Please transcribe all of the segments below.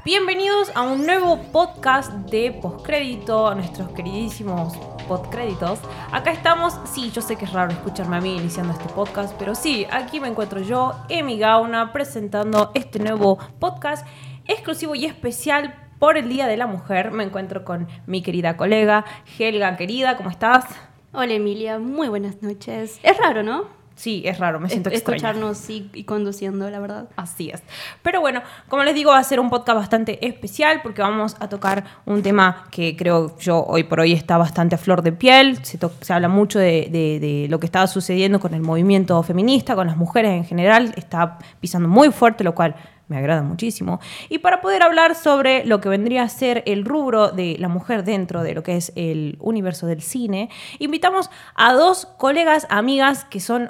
Bienvenidos a un nuevo podcast de Postcrédito, nuestros queridísimos postcréditos. Acá estamos, sí, yo sé que es raro escucharme a mí iniciando este podcast, pero sí, aquí me encuentro yo, Emi Gauna, presentando este nuevo podcast exclusivo y especial por el Día de la Mujer. Me encuentro con mi querida colega, Helga, querida, ¿cómo estás? Hola Emilia, muy buenas noches. Es raro, ¿no? Sí, es raro, me siento extraña. Escucharnos y conduciendo, la verdad. Así es. Pero bueno, como les digo, va a ser un podcast bastante especial porque vamos a tocar un tema que creo yo hoy por hoy está bastante a flor de piel. Se habla mucho de lo que estaba sucediendo con el movimiento feminista, con las mujeres en general. Está pisando muy fuerte, lo cual me agrada muchísimo. Y para poder hablar sobre lo que vendría a ser el rubro de la mujer dentro de lo que es el universo del cine, invitamos a dos colegas, amigas que son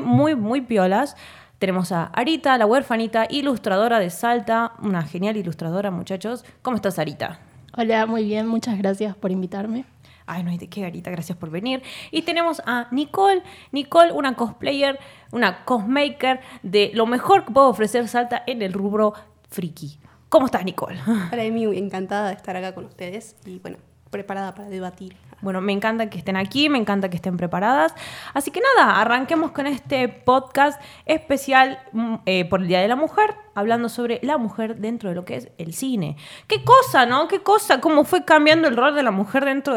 muy piolas. Tenemos a Arita, la huerfanita, ilustradora de Salta, una genial ilustradora, muchachos. ¿Cómo estás, Arita? Hola, muy bien, muchas gracias por invitarme. Ay, no hay de qué, Arita, gracias por venir. Y tenemos a Nicole, una cosplayer, una cosmaker de lo mejor que puedo ofrecer Salta en el rubro friki. ¿Cómo estás, Nicole? Hola, Emi, encantada de estar acá con ustedes y bueno, preparada para debatir. Bueno, me encanta que estén aquí, me encanta que estén preparadas. Así que nada, arranquemos con este podcast especial por el Día de la Mujer, hablando sobre la mujer dentro de lo que es el cine. ¿Qué cosa, no? ¿Qué cosa? ¿Cómo fue cambiando el rol de la mujer dentro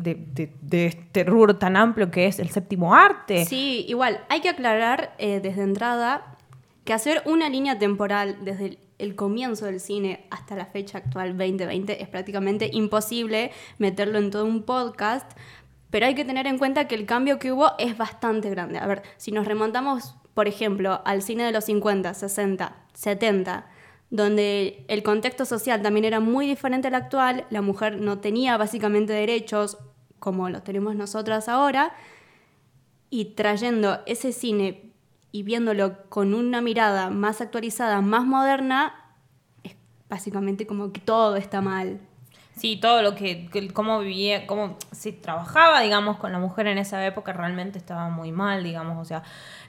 de este rubro tan amplio que es el séptimo arte? Sí, igual, hay que aclarar desde entrada que hacer una línea temporal desde el comienzo del cine hasta la fecha actual 2020 es prácticamente imposible meterlo en todo un podcast, pero hay que tener en cuenta que el cambio que hubo es bastante grande. A ver, si nos remontamos, por ejemplo, al cine de los 50, 60, 70, donde el contexto social también era muy diferente al actual, la mujer no tenía básicamente derechos como los tenemos nosotras ahora, y trayendo ese cine y viéndolo con una mirada más actualizada, más moderna, es básicamente como que todo está mal. Sí, todo lo cómo vivía, cómo se trabajaba, digamos, con la mujer en esa época realmente estaba muy mal, digamos. O sea,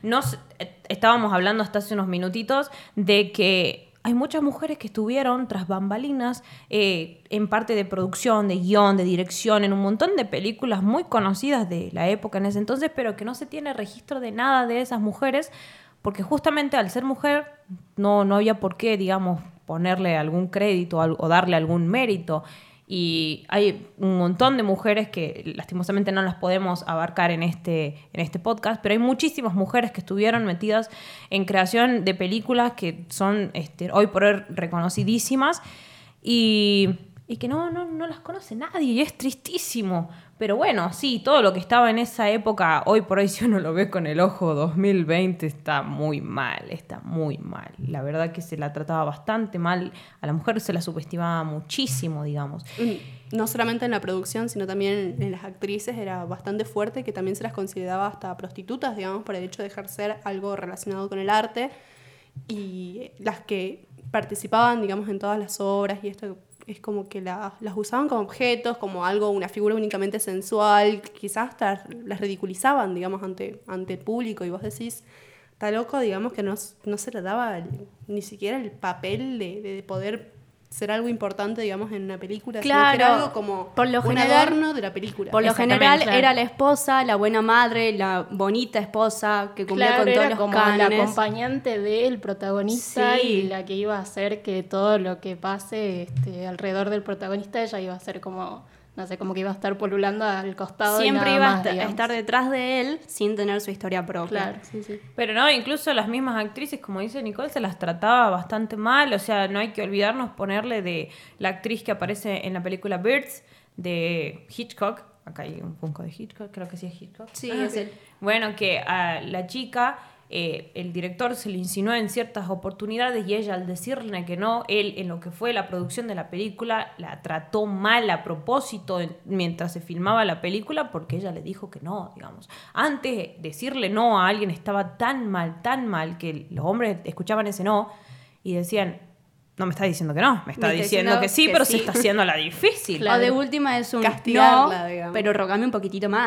estábamos hablando hasta hace unos minutitos de que hay muchas mujeres que estuvieron tras bambalinas en parte de producción, de guión, de dirección, en un montón de películas muy conocidas de la época en ese entonces, pero que no se tiene registro de nada de esas mujeres, porque justamente al ser mujer no había por qué, digamos, ponerle algún crédito o darle algún mérito. Y hay un montón de mujeres que lastimosamente no las podemos abarcar en este podcast, pero hay muchísimas mujeres que estuvieron metidas en creación de películas que son hoy por hoy reconocidísimas y que no las conoce nadie y es tristísimo. Pero bueno, sí, todo lo que estaba en esa época, hoy por hoy si uno lo ve con el ojo 2020, está muy mal. La verdad que se la trataba bastante mal, a la mujer se la subestimaba muchísimo, digamos. No solamente en la producción, sino también en las actrices era bastante fuerte, que también se las consideraba hasta prostitutas, digamos, por el hecho de ejercer algo relacionado con el arte. Y las que participaban, digamos, en todas las obras y esto es como que las usaban como objetos, como algo, una figura únicamente sensual, quizás hasta las ridiculizaban, digamos, ante el público, y vos decís, está loco, digamos, que no se le daba ni siquiera el papel de poder ser algo importante, digamos, en una película, claro, sino que era algo como un adorno de la película. Por lo general era la esposa, la buena madre, la bonita esposa que cumplía con todos los como cánones. La acompañante del protagonista, sí, y la que iba a hacer que todo lo que pase alrededor del protagonista, ella iba a ser como, no sé, como que iba a estar polulando al costado. Siempre y nada iba más, a estar detrás de él sin tener su historia propia. Claro, sí. Pero no, incluso las mismas actrices, como dice Nicole, se las trataba bastante mal. O sea, no hay que olvidarnos ponerle de la actriz que aparece en la película Birds de Hitchcock. Acá hay un punto de Hitchcock, creo que sí es Hitchcock. Sí, es él. Bueno, que a la chica el director se le insinuó en ciertas oportunidades y ella, al decirle que no, él en lo que fue la producción de la película la trató mal a propósito mientras se filmaba la película, porque ella le dijo que no, digamos. Antes decirle no a alguien estaba tan mal que los hombres escuchaban ese no y decían, no me está diciendo que no, me está diciendo que sí, pero sí. Se está haciendo la difícil. Claro. O de última es un castigarla, no, digamos. pero rogame un poquitito más.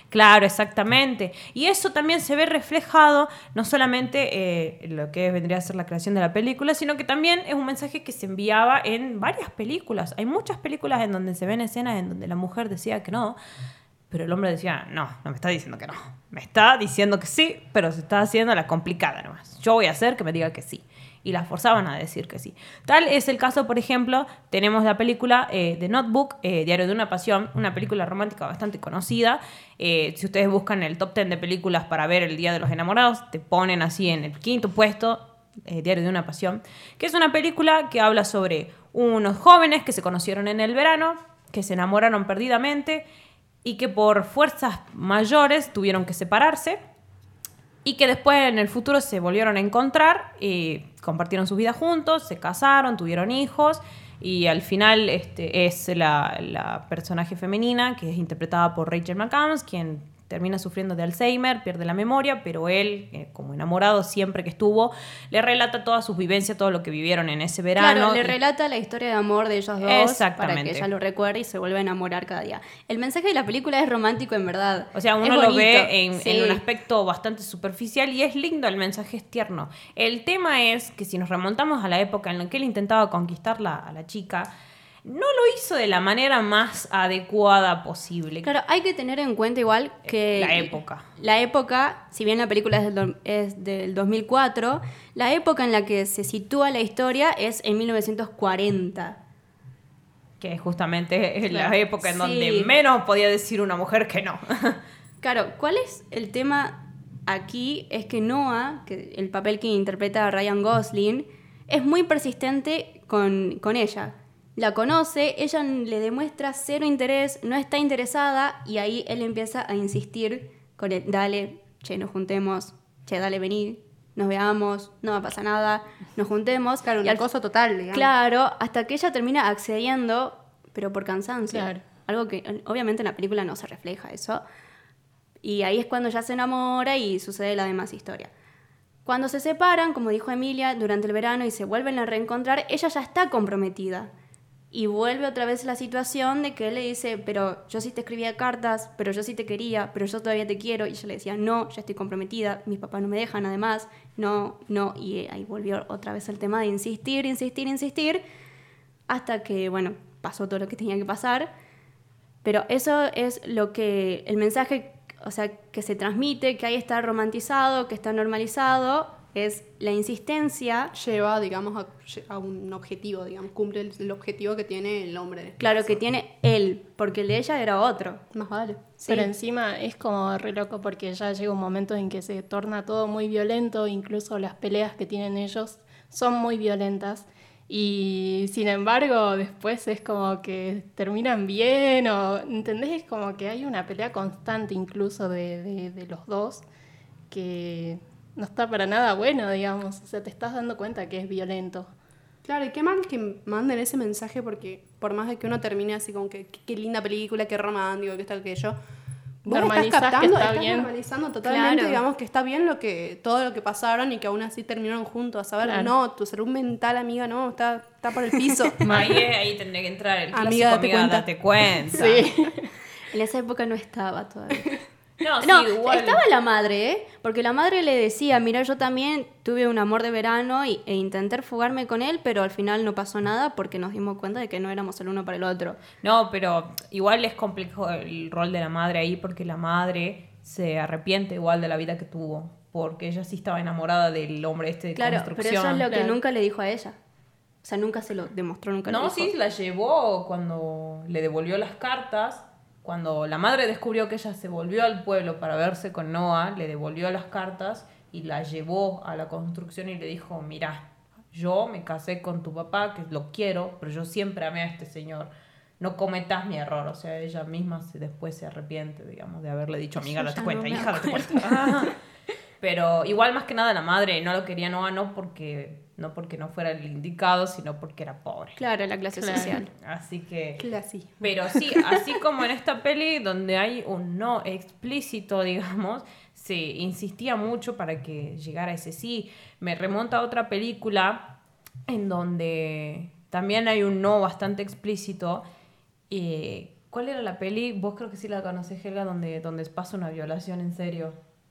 Claro, exactamente. Y eso también se ve reflejado, no solamente en lo que vendría a ser la creación de la película, sino que también es un mensaje que se enviaba en varias películas. Hay muchas películas en donde se ven escenas en donde la mujer decía que no, pero el hombre decía, no me está diciendo que no. Me está diciendo que sí, pero se está haciendo la complicada nomás. Yo voy a hacer que me diga que sí. Y la forzaban a decir que sí. Tal es el caso, por ejemplo, tenemos la película The Notebook, Diario de una Pasión, una película romántica bastante conocida. Si ustedes buscan el top 10 de películas para ver el Día de los Enamorados, te ponen así en el 5º puesto, Diario de una Pasión, que es una película que habla sobre unos jóvenes que se conocieron en el verano, que se enamoraron perdidamente y que por fuerzas mayores tuvieron que separarse. Y que después en el futuro se volvieron a encontrar, compartieron su vida juntos, se casaron, tuvieron hijos y al final es la personaje femenina que es interpretada por Rachel McAdams, quien termina sufriendo de Alzheimer, pierde la memoria, pero él, como enamorado siempre que estuvo, le relata todas sus vivencias, todo lo que vivieron en ese verano. Claro, le relata la historia de amor de ellos dos Exactamente. para que ella lo recuerde y se vuelva a enamorar cada día. El mensaje de la película es romántico en verdad. O sea, uno es lo bonito. ve en Sí. un aspecto bastante superficial y es lindo, el mensaje es tierno. El tema es que si nos remontamos a la época en la que él intentaba conquistar a la chica, no lo hizo de la manera más adecuada posible. Claro, hay que tener en cuenta igual que... La época. La época, si bien la película es del 2004, la época en la que se sitúa la historia es en 1940. Que justamente es la Claro. época en Sí. donde menos podía decir una mujer que no. Claro, ¿cuál es el tema aquí? Es que Noah, que el papel que interpreta a Ryan Gosling, es muy persistente con ella. La conoce, ella le demuestra cero interés, no está interesada y ahí él empieza a insistir con él, dale, che, nos juntemos, che, dale, vení, nos veamos, no va a pasar nada, nos juntemos. Claro, Y un al- acoso total, digamos. Claro, hasta que ella termina accediendo, pero por cansancio. Claro. Algo que obviamente en la película no se refleja eso. Y ahí es cuando ya se enamora y sucede la demás historia. Cuando se separan, como dijo Emilia, durante el verano y se vuelven a reencontrar, ella ya está comprometida. Y vuelve otra vez la situación de que él le dice, pero yo sí te escribía cartas, pero yo sí te quería, pero yo todavía te quiero. Y ella le decía, no, ya estoy comprometida, mis papás no me dejan además, no. Y ahí volvió otra vez el tema de insistir, hasta que, bueno, pasó todo lo que tenía que pasar. Pero eso es lo que, el mensaje, o sea, que se transmite, que ahí está romantizado, que está normalizado, es la insistencia. Lleva, digamos, a un objetivo, digamos, cumple el objetivo que tiene el hombre. Claro, que tiene él, porque el de ella era otro. Más vale. Sí. Pero encima es como re loco porque ya llega un momento en que se torna todo muy violento, incluso las peleas que tienen ellos son muy violentas y sin embargo después es como que terminan bien o, ¿entendés? Es como que hay una pelea constante incluso de los dos que no está para nada bueno, digamos, o sea, te estás dando cuenta que es violento. Claro, y qué mal que manden ese mensaje porque por más de que uno termine así como que qué linda película, qué romántico, qué tal que yo, vos Normalizás estás que captando, está estás bien. normalizando totalmente, Claro. digamos, que está bien todo lo que pasaron y que aún así terminaron juntos. A ver, Claro. no, tu salud mental, amiga, no, está por el piso. Ahí tendría que entrar el clásico, Amiga, date cuenta. date cuenta. Sí. En esa época no estaba todavía. No, sí, No, igual. estaba la madre, ¿eh? Porque la madre le decía, mira, yo también tuve un amor de verano e intenté fugarme con él, pero al final no pasó nada porque nos dimos cuenta de que no éramos el uno para el otro. No, pero igual es complejo el rol de la madre ahí porque la madre se arrepiente igual de la vida que tuvo. Porque ella sí estaba enamorada del hombre este de Claro, pero construcción. eso es lo que Claro. nunca le dijo a ella. O sea, nunca se lo demostró, nunca le No, dijo. sí, la llevó cuando le devolvió las cartas. Cuando la madre descubrió que ella se volvió al pueblo para verse con Noah, le devolvió las cartas y la llevó a la construcción y le dijo, mirá, yo me casé con tu papá, que lo quiero, pero yo siempre amé a este señor. No cometas mi error. O sea, ella misma después se arrepiente, digamos, de haberle dicho, amiga, Yo date ya cuenta, no me hija, date cuenta. Pero igual más que nada la madre no lo quería Noah, no porque no fuera el indicado, sino porque era pobre. Claro, la clase Claro. social. Así que... Clasismo. Pero sí, así como en esta peli donde hay un no explícito, digamos, se insistía mucho para que llegara ese sí. Me remonta a otra película en donde también hay un no bastante explícito ¿Cuál era la peli? Vos creo que sí la conocés, Helga, donde pasa una violación en serio.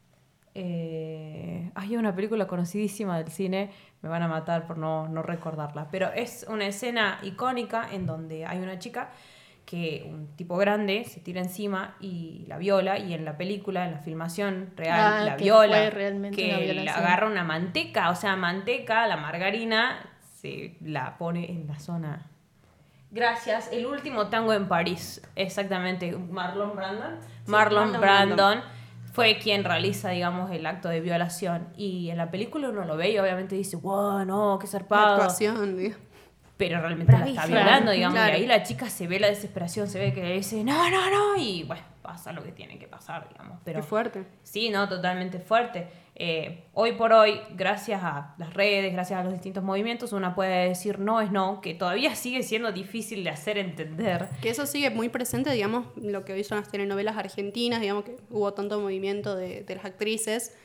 Hay una película conocidísima del cine, me van a matar por no recordarla, pero es una escena icónica en donde hay una chica que un tipo grande se tira encima y la viola, y en la película, en la filmación real, la que viola, fue realmente una que violación. le agarra una manteca, o sea, manteca, la margarina, se la pone en la zona. Gracias, El último tango en París, exactamente, Marlon Brandon. Sí, Marlon Marlon Brandon fue quien realiza, digamos, el acto de violación, y en la película uno lo ve y obviamente dice, wow, no, qué La zarpado. actuación, digo. Pero realmente la está Bravísimo. violando, digamos, Claro. y ahí la chica se ve la desesperación, se ve que le dice, no, no, no, y bueno, pasa lo que tiene que pasar, digamos. Pero Qué fuerte. sí, no, totalmente fuerte. Hoy por hoy, gracias a las redes, gracias a los distintos movimientos, una puede decir no es no, que todavía sigue siendo difícil de hacer entender. Que eso sigue muy presente, digamos, lo que hoy son las telenovelas argentinas, digamos que hubo tanto movimiento de las actrices,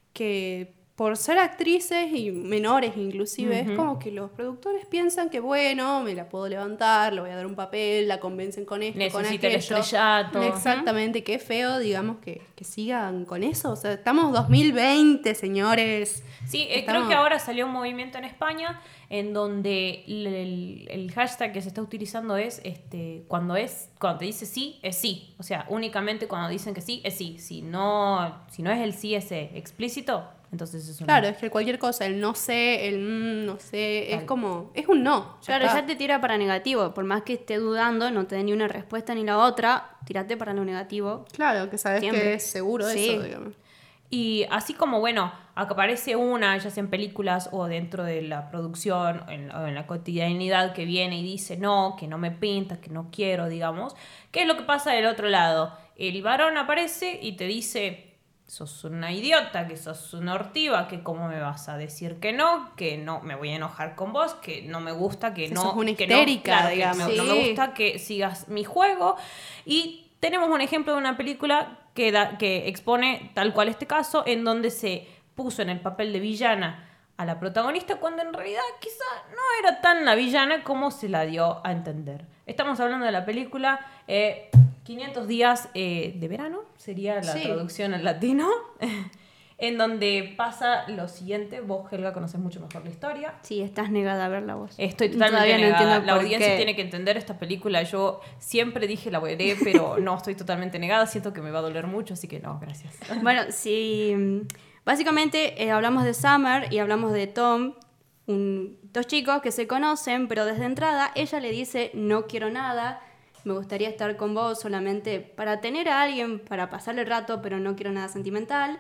que por ser actrices y menores inclusive, es como que los productores piensan que bueno, me la puedo levantar, le voy a dar un papel, la convencen con esto, con Necesita el aquello. estrellato. Exactamente, qué feo, digamos, que sigan con eso. O sea, estamos 2020, señores. Sí, Estamos- creo que ahora salió un movimiento en España en donde el hashtag que se está utilizando es cuando te dice sí, es sí. O sea, únicamente cuando dicen que sí, es sí. Si no es el sí ese explícito, entonces es un Claro, no. es que cualquier cosa, el no sé, el no sé, Tal. es como, es un no. Claro, está. ya te tira para negativo. Por más que esté dudando, no te dé ni una respuesta ni la otra, tírate para lo negativo. Claro, que sabes Siempre. que es seguro Sí. eso, digamos. Y así como, bueno, aparece una, ya sea en películas o dentro de la producción o en la cotidianidad, que viene y dice no, que no me pinta, que no quiero, digamos. ¿Qué es lo que pasa del otro lado? El varón aparece y te dice, sos una idiota, que sos una ortiva, que cómo me vas a decir que no me voy a enojar con vos, que no me gusta, que Que no... sos una que no, histérica, claro, que digamos. no me Sí. gusta que sigas mi juego. Y tenemos un ejemplo de una película que expone tal cual este caso, en donde se puso en el papel de villana a la protagonista, cuando en realidad quizá no era tan la villana como se la dio a entender. Estamos hablando de la película 500 días de verano, sería la Sí. traducción en latino, en donde pasa lo siguiente. Vos, Helga, conoces mucho mejor la historia. Sí, estás negada a verla vos. Estoy totalmente Todavía no negada. entiendo La por audiencia qué. tiene que entender esta película. Yo siempre dije la veré, pero no, estoy totalmente negada. Siento que me va a doler mucho, así que no, gracias. Bueno, sí. Básicamente hablamos de Summer y hablamos de Tom, dos chicos que se conocen, pero desde entrada ella le dice, no quiero nada, me gustaría estar con vos solamente para tener a alguien, para pasar el rato, pero no quiero nada sentimental.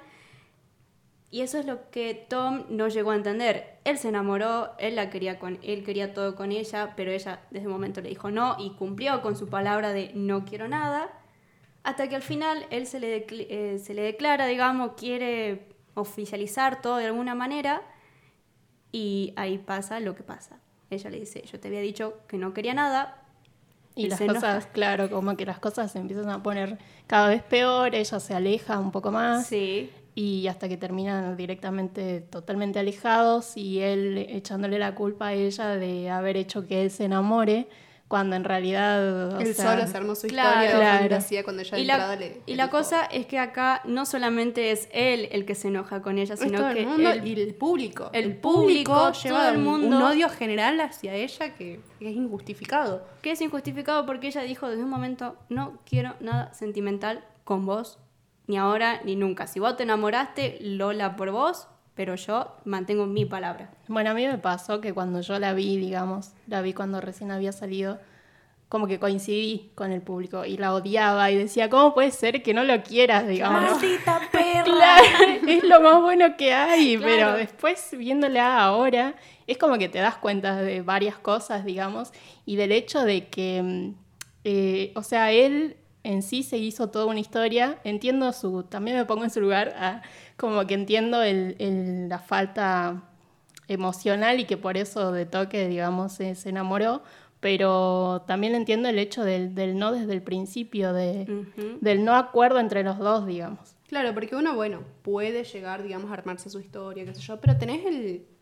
Y eso es lo que Tom no llegó a entender. Él se enamoró, él quería todo con ella, pero ella desde un momento le dijo no y cumplió con su palabra de no quiero nada. Hasta que al final él se le declara, digamos, quiere oficializar todo de alguna manera, y ahí pasa lo que pasa. Ella le dice, yo te había dicho que no quería nada. Y Él las se enoja. cosas, claro, como que las cosas se empiezan a poner cada vez peor, ella se aleja un poco más. Sí. Y hasta que terminan directamente totalmente alejados y él echándole la culpa a ella de haber hecho que él se enamore, cuando en realidad... o Él sea, solo se armó su claro, historia de claro. fantasía cuando ya de Y entrada la, le y la dijo, cosa es que acá no solamente es él el que se enoja con ella, es sino todo que el mundo él- y el público. el público, lleva todo el un mundo- odio general hacia ella que es injustificado. que es injustificado porque ella dijo desde un momento, no quiero nada sentimental con vos, ni ahora ni nunca. Si vos te enamoraste, Lola por vos, pero yo mantengo mi palabra. Bueno, a mí me pasó que cuando yo la vi, digamos, la vi cuando recién había salido, como que coincidí con el público y la odiaba y decía, ¿cómo puede ser que no lo quieras, digamos? ¡Maldita perra! Claro, es lo más bueno que hay, Claro. pero después viéndola ahora, es como que te das cuenta de varias cosas, digamos, y del hecho de que, o sea, él en sí se hizo toda una historia, entiendo también me pongo en su lugar, como que entiendo la falta emocional y que por eso de toque, digamos, se enamoró, pero también entiendo el hecho del no desde el principio, del no acuerdo entre los dos, digamos. Claro, porque uno, bueno, puede llegar, digamos, a armarse su historia, qué sé yo, pero tenés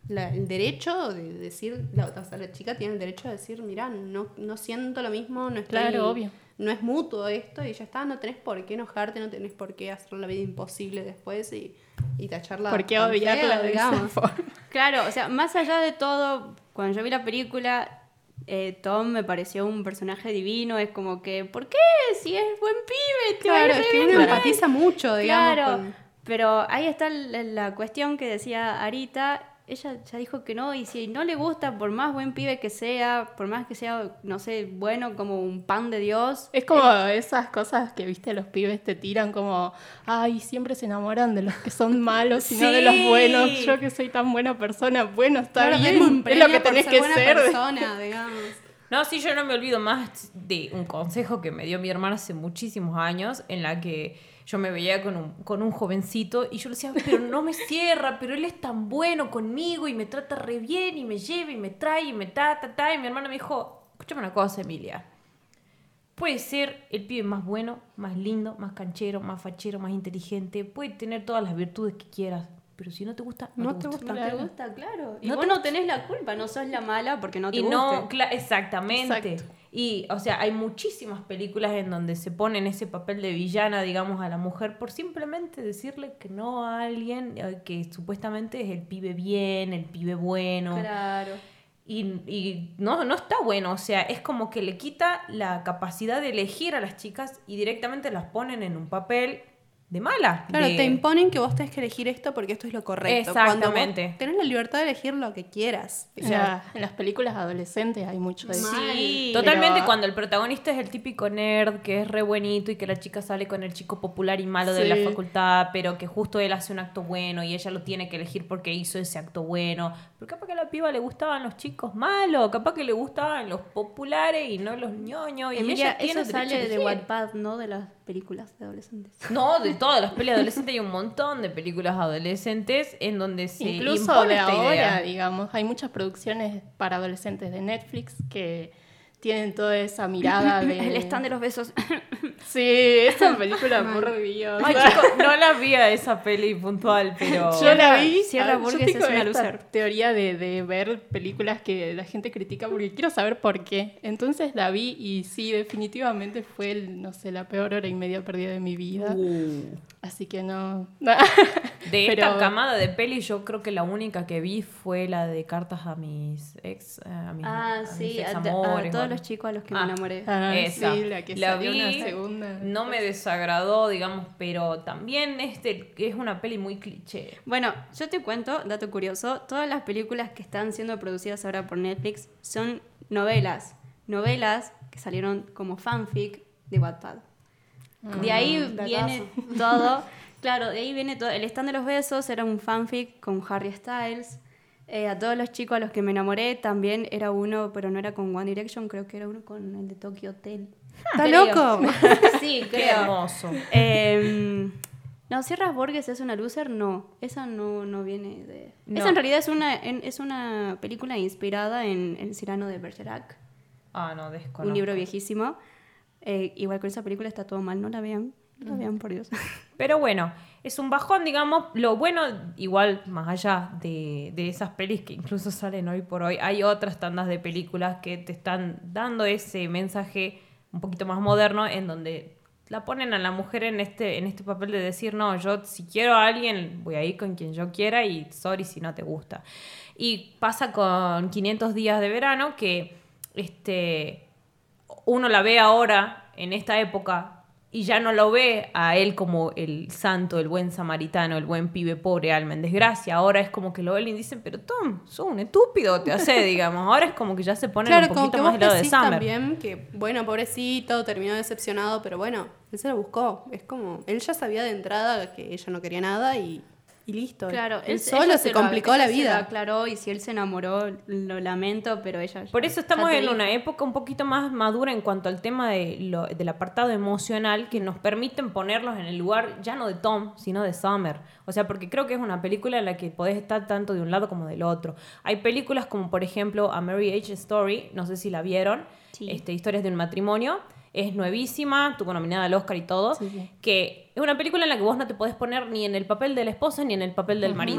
el derecho de decir, o sea, la chica tiene el derecho de decir, mirá, no siento lo mismo, no estoy, Claro, obvio. no es mutuo esto, y ya está, no tenés por qué enojarte, no tenés por qué hacer la vida imposible después y tacharla. ¿Por qué tan odiarla fea, de esa digamos. forma? Claro, o sea, más allá de todo, cuando yo vi la película, Tom me pareció un personaje divino. Es como que, ¿por qué? Si es buen pibe, te va a ir Claro, re es que bien uno con él. empatiza mucho, digamos. Claro, con- pero ahí está la cuestión que decía Arita. Ella ya dijo que no, y si no le gusta, por más buen pibe que sea, por más que sea, no sé, bueno como un pan de Dios. Es como esas cosas que, viste, los pibes te tiran como, ay, siempre se enamoran de los que son malos y no de los Sí. buenos. Yo que soy tan buena persona, bueno, está Claro, bien, tengo un es premio lo que por tenés ser que buena ser. persona, digamos. No, sí, yo no me olvido más de un consejo que me dio mi hermana hace muchísimos años, en la que yo me veía con un jovencito y yo le decía, pero no me cierra, pero él es tan bueno conmigo y me trata re bien y me lleva y me trae y me ta. Y mi hermana me dijo, escúchame una cosa, Emilia. Puede ser el pibe más bueno, más lindo, más canchero, más fachero, más inteligente, puede tener todas las virtudes que quieras, pero si no te gusta, no te gusta. No te gusta, claro. Y No vos te no tenés la culpa, no sos la mala porque no te Y guste. no, exactamente. Exacto. Y, o sea, hay muchísimas películas en donde se pone en ese papel de villana, digamos, a la mujer por simplemente decirle que no a alguien que supuestamente es el pibe bien, el pibe bueno. Claro. Y no está bueno, o sea, es como que le quita la capacidad de elegir a las chicas y directamente las ponen en un papel de mala. Claro, de- te imponen que vos tenés que elegir esto porque esto es lo correcto. Cuando Exactamente. vos tenés la libertad de elegir lo que quieras. O sea, en las películas adolescentes hay mucho de eso. Sí, Totalmente, pero- cuando el protagonista es el típico nerd que es re buenito y que la chica sale con el chico popular y malo de la Sí. facultad, pero que justo él hace un acto bueno y ella lo tiene que elegir porque hizo ese acto bueno. Pero capaz que a la piba le gustaban los chicos malos, capaz que le gustaban los populares y no los ñoños. Y Emilia, ella tiene eso el derecho sale a de elegir. Wattpad, no de las películas de adolescentes. No, de todas las pelis adolescentes hay un montón de películas adolescentes en donde se Incluso impone de esta ahora, idea. digamos, hay muchas producciones para adolescentes de Netflix que tienen toda esa mirada de... El stand de los besos. Sí, esa película, por Dios. Ay, chicos, no la vi a esa peli puntual, pero... Yo la vi. Sierra yo Burgess tengo es una esta loser. teoría de ver películas que la gente critica porque quiero saber por qué. Entonces la vi y sí, definitivamente fue, no sé, la peor hora y media perdida de mi vida. Así que no. De Pero- esta camada de pelis, yo creo que la única que vi fue la de Cartas a mis ex, a mis Sí, a examores, todos o- los chicos a los que me Ah. enamoré. Ah, Esa. sí, la que salió una segunda. no me desagradó, digamos, pero también es una peli muy cliché. Bueno, yo te cuento, dato curioso, todas las películas que están siendo producidas ahora por Netflix son novelas. Novelas que salieron como fanfic de Wattpad. De ahí datazo. viene todo. Claro, de ahí viene todo. El stand de los besos era un fanfic con Harry Styles. A todos los chicos a los que me enamoré también era uno, pero no era con One Direction, creo que era uno con el de Tokyo Hotel. ¿Estás Creo. loco? Sí, Qué creo. hermoso. No, Sierra Burgess es una loser, no. Esa no viene de... No. Esa en realidad es una película inspirada en El Cyrano de Bergerac, Ah, no, desconozco. un libro viejísimo. Igual con esa película está todo mal, no la vean. No la vean, por Dios. Pero bueno, es un bajón, digamos. Lo bueno, igual, más allá de esas pelis que incluso salen hoy por hoy, hay otras tandas de películas que te están dando ese mensaje un poquito más moderno en donde la ponen a la mujer en este papel de decir, no, yo si quiero a alguien voy a ir con quien yo quiera y sorry si no te gusta. Y pasa con 500 días de verano que uno la ve ahora en esta época y ya no lo ve a él como el santo, el buen samaritano, el buen pibe pobre alma en desgracia. Ahora es como que lo ven y dicen, pero Tom, sos un estúpido, te hace, digamos. Ahora es como que ya se ponen Claro, un como poquito que más vos del lado de decís Summer. también que, bueno, pobrecito, terminó decepcionado, pero bueno, él se lo buscó. Es como, él ya sabía de entrada que ella no quería nada y listo. Claro, él solo se complicó la Se lo vida. aclaró y si él se enamoró, lo lamento, pero ella... Por ya- eso estamos ya te en dijo. una época un poquito más madura en cuanto al tema del apartado emocional que nos permiten ponerlos en el lugar ya no de Tom, sino de Summer. O sea, porque creo que es una película en la que podés estar tanto de un lado como del otro. Hay películas como, por ejemplo, A Marriage Story, no sé si la vieron, Sí. Historias de un matrimonio. Es nuevísima, tuvo nominada al Oscar y todo, Sí, sí. que es una película en la que vos no te podés poner ni en el papel de la esposa ni en el papel del marido. Mal.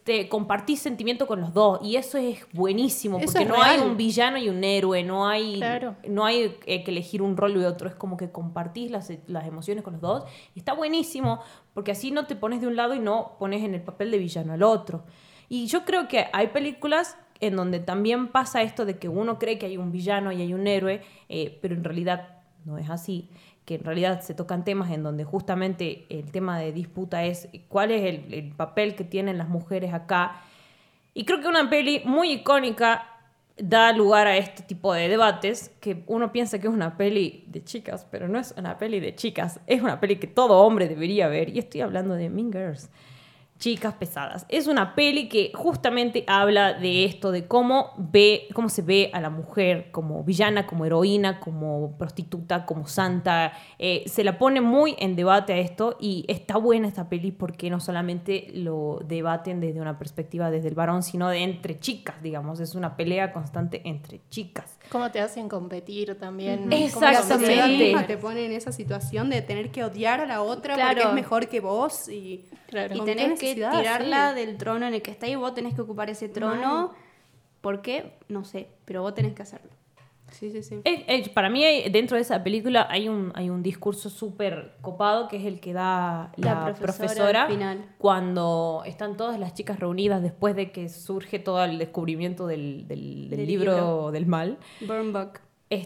compartís sentimiento con los dos y eso es buenísimo Eso porque es no real. hay un villano y un héroe, no hay, Claro. no hay que elegir un rol y otro, es como que compartís las emociones con los dos y está buenísimo porque así no te pones de un lado y no pones en el papel de villano al otro. Y yo creo que hay películas en donde también pasa esto de que uno cree que hay un villano y hay un héroe, pero en realidad no es así, que en realidad se tocan temas en donde justamente el tema de disputa es cuál es el papel que tienen las mujeres acá. Y creo que una peli muy icónica da lugar a este tipo de debates, que uno piensa que es una peli de chicas, pero no es una peli de chicas, es una peli que todo hombre debería ver, y estoy hablando de Mean Girls. Chicas pesadas. Es una peli que justamente habla de esto, de cómo se ve a la mujer como villana, como heroína, como prostituta, como santa. Se la pone muy en debate a esto y está buena esta peli porque no solamente lo debaten desde una perspectiva desde el varón, sino de entre chicas, digamos. Es una pelea constante entre chicas. Cómo te hacen competir también. Ujú. Cómo la Exactamente. sociedad La misma misma te pone en esa situación de tener que odiar a la otra Claro. porque es mejor que vos y... Claro. Y ¿Con qué tenés que necesidad? tirarla Sí. del trono en el que está y vos tenés que ocupar ese trono. ¿Por qué? No sé, pero vos tenés que hacerlo. Sí, sí, sí. Para mí, dentro de esa película hay un discurso súper copado que es el que da La la profesora profesora al final. cuando están todas las chicas reunidas después de que surge todo el descubrimiento del Del libro libro. del mal. Burn Book.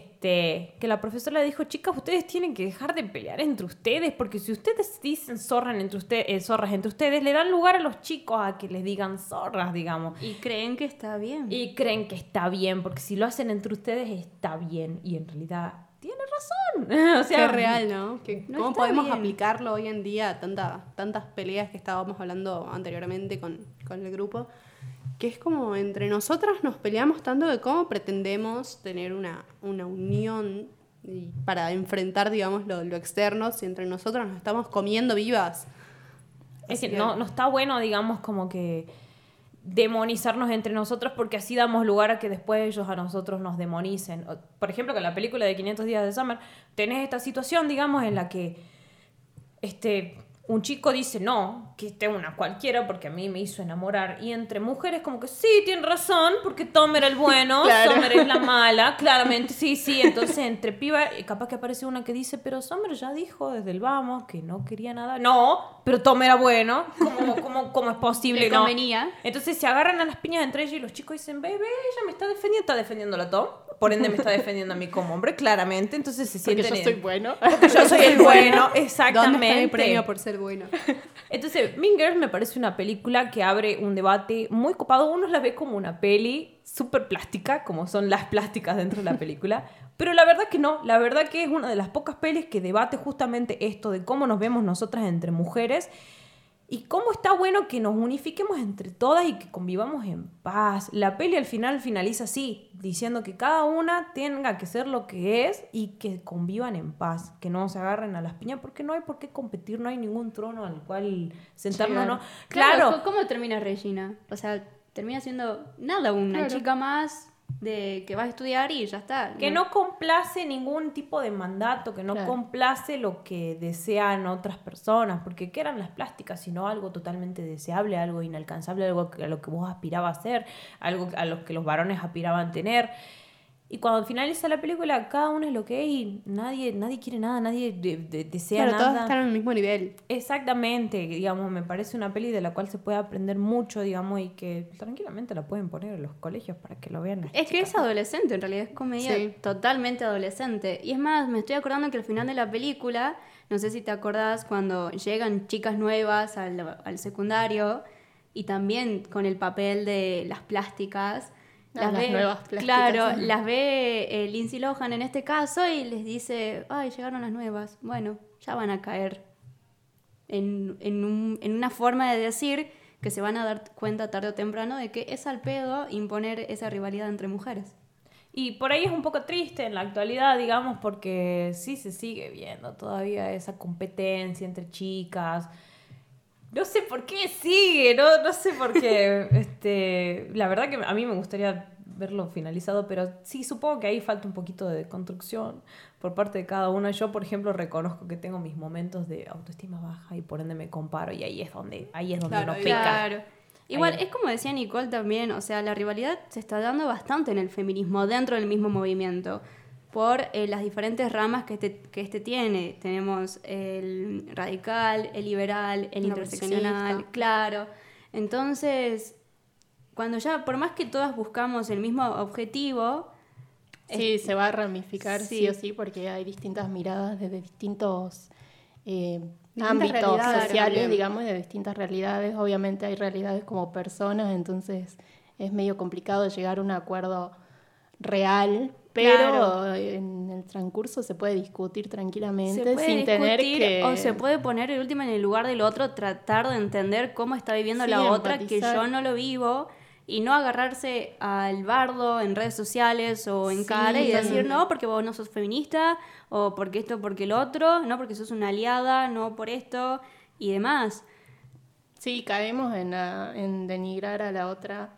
Que la profesora le dijo, chicas, ustedes tienen que dejar de pelear entre ustedes, porque si ustedes dicen zorras entre ustedes, le dan lugar a los chicos a que les digan zorras, digamos. Y creen que está bien. Y creen que está bien, porque si lo hacen entre ustedes está bien, y en realidad tiene razón. O sea, Qué real, ¿no? No ¿Cómo está podemos bien. aplicarlo hoy en día a tantas peleas que estábamos hablando anteriormente con el grupo? Que es como entre nosotras nos peleamos tanto de cómo pretendemos tener una unión y para enfrentar, digamos, lo externo, si entre nosotras nos estamos comiendo vivas. Es Así que no está bueno, digamos, como que demonizarnos entre nosotros porque así damos lugar a que después ellos a nosotros nos demonicen. Por ejemplo, con la película de 500 días de Summer tenés esta situación, digamos, en la que un chico dice no, que esté una cualquiera porque a mí me hizo enamorar, y entre mujeres como que sí, tiene razón, porque Tom era el bueno, Claro. Summer es la mala, claramente, sí, entonces entre piba, capaz que aparece una que dice, pero Summer ya dijo desde el vamos que no quería nada, no, pero Tom era bueno, ¿cómo es posible? Le No. convenía. Entonces se agarran a las piñas entre ellos y los chicos dicen, bebé, ella me está defendiendo a Tom, por ende me está defendiendo a mí como hombre, claramente, entonces se Porque sienten... yo soy bueno. Porque yo soy el bueno, ¿Dónde exactamente. está mi premio por ser bueno? Entonces, Mean Girls me parece una película que abre un debate muy copado. Uno la ve como una peli súper plástica, como son las plásticas dentro de la película, pero la verdad que no. La verdad que es una de las pocas pelis que debate justamente esto de cómo nos vemos nosotras entre mujeres y cómo está bueno que nos unifiquemos entre todas y que convivamos en paz. La peli al final finaliza así, diciendo que cada una tenga que ser lo que es y que convivan en paz, que no se agarren a las piñas, porque no hay por qué competir, no hay ningún trono al cual sentarnos, Llegar. ¿no? Claro, ¿Cómo termina Regina? O sea, termina siendo nada, una Claro. chica más de que va a estudiar y ya está. que no complace ningún tipo de mandato, que no Claro. complace lo que desean otras personas, porque ¿qué eran las plásticas? Sino algo totalmente deseable, algo inalcanzable, algo a lo que vos aspirabas a ser, algo a lo que los varones aspiraban a tener. Y cuando finaliza la película, cada uno es lo que es y nadie claro, nada, nadie desea Claro, todos nada. están en el mismo nivel. Exactamente, digamos, me parece una peli de la cual se puede aprender mucho, digamos, y que tranquilamente la pueden poner en los colegios para que lo vean las Es que chicas. es adolescente, en realidad es comedia Sí. totalmente adolescente. Y es más, me estoy acordando que al final de la película, no sé si te acordás, cuando llegan chicas nuevas al secundario y también con el papel de las plásticas. Las nuevas plásticas. Claro, las ve Lindsay Lohan en este caso y les dice, ay, llegaron las nuevas. Bueno, ya van a caer en una forma de decir que se van a dar cuenta tarde o temprano de que es al pedo imponer esa rivalidad entre mujeres. Y por ahí es un poco triste en la actualidad, digamos, porque sí se sigue viendo todavía esa competencia entre chicas. No sé por qué sigue, no sé por qué. La verdad que a mí me gustaría verlo finalizado, pero sí, supongo que ahí falta un poquito de construcción por parte de cada uno. Yo, por ejemplo, reconozco que tengo mis momentos de autoestima baja y por ende me comparo y ahí es donde Claro, uno peca. Claro. Igual, Ahí. es como decía Nicole también, o sea, la rivalidad se está dando bastante en el feminismo, dentro del mismo movimiento, por las diferentes ramas que este tiene. Tenemos el radical, el liberal, el La interseccional, oposicionista. claro. Entonces, cuando ya, por más que todas buscamos el mismo objetivo, Sí, se va a ramificar Sí. sí o sí porque hay distintas miradas desde distintos Distintas ámbitos realidades sociales, también. digamos, de distintas realidades. Obviamente hay realidades como personas, entonces es medio complicado llegar a un acuerdo real, pero Claro. en el transcurso se puede discutir se tranquilamente puede sin tener discutir que... o se puede poner el último en el lugar del otro, tratar de entender cómo está viviendo Sí, la otra, que empatizar. yo no lo vivo, y no agarrarse al bardo en redes sociales o en Sí, cara y decir, totalmente. no, porque vos no sos feminista, o porque esto, porque el otro, no, porque sos una aliada, no por esto, y demás. Sí, caemos en denigrar a la otra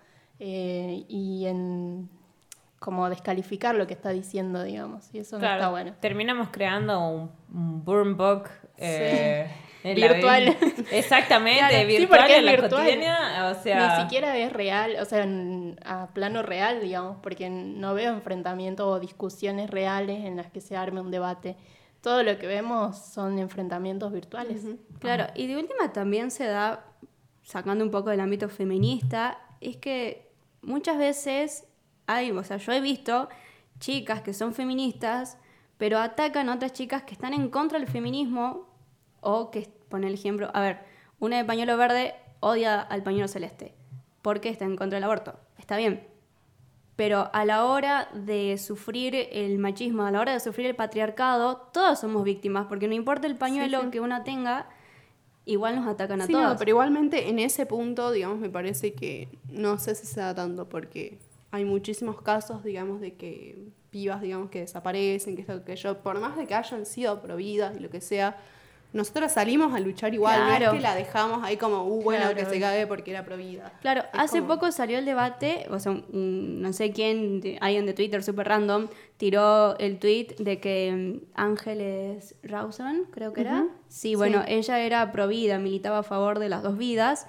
y en como descalificar lo que está diciendo, digamos. Y eso no Claro, está bueno. terminamos creando un burn book en la Virtual. vida. Exactamente, Claro, sí, virtual porque es en la virtual. cotidiana. O sea, Ni siquiera es real, o sea, a plano real, digamos, porque no veo enfrentamientos o discusiones reales en las que se arme un debate. Todo lo que vemos son enfrentamientos virtuales. Claro, y de última también se da, sacando un poco del ámbito feminista, es que muchas veces hay, o sea, yo he visto chicas que son feministas, pero atacan a otras chicas que están en contra del feminismo o que, pone el ejemplo, a ver, una de pañuelo verde odia al pañuelo celeste porque está en contra del aborto. Está bien. Pero a la hora de sufrir el machismo, a la hora de sufrir el patriarcado, todas somos víctimas, porque no importa el pañuelo Sí, sí. que una tenga, igual nos atacan a Sí, no, todas. pero igualmente en ese punto, digamos, me parece que no sé si se da tanto porque hay muchísimos casos, digamos, de que pibas, digamos, que desaparecen, que esto, que yo, por más de que hayan sido prohibidas y lo que sea, nosotras salimos a luchar igual, no Claro. es que la dejamos ahí como, bueno, Claro. que se cague porque era prohibida. Claro, Es hace como- poco salió el debate, o sea, no sé quién, alguien de Twitter súper random, tiró el tweet de que Ángeles Rawson, creo que era. Ujú. Sí, bueno, Sí. ella era pro vida, militaba a favor de las dos vidas,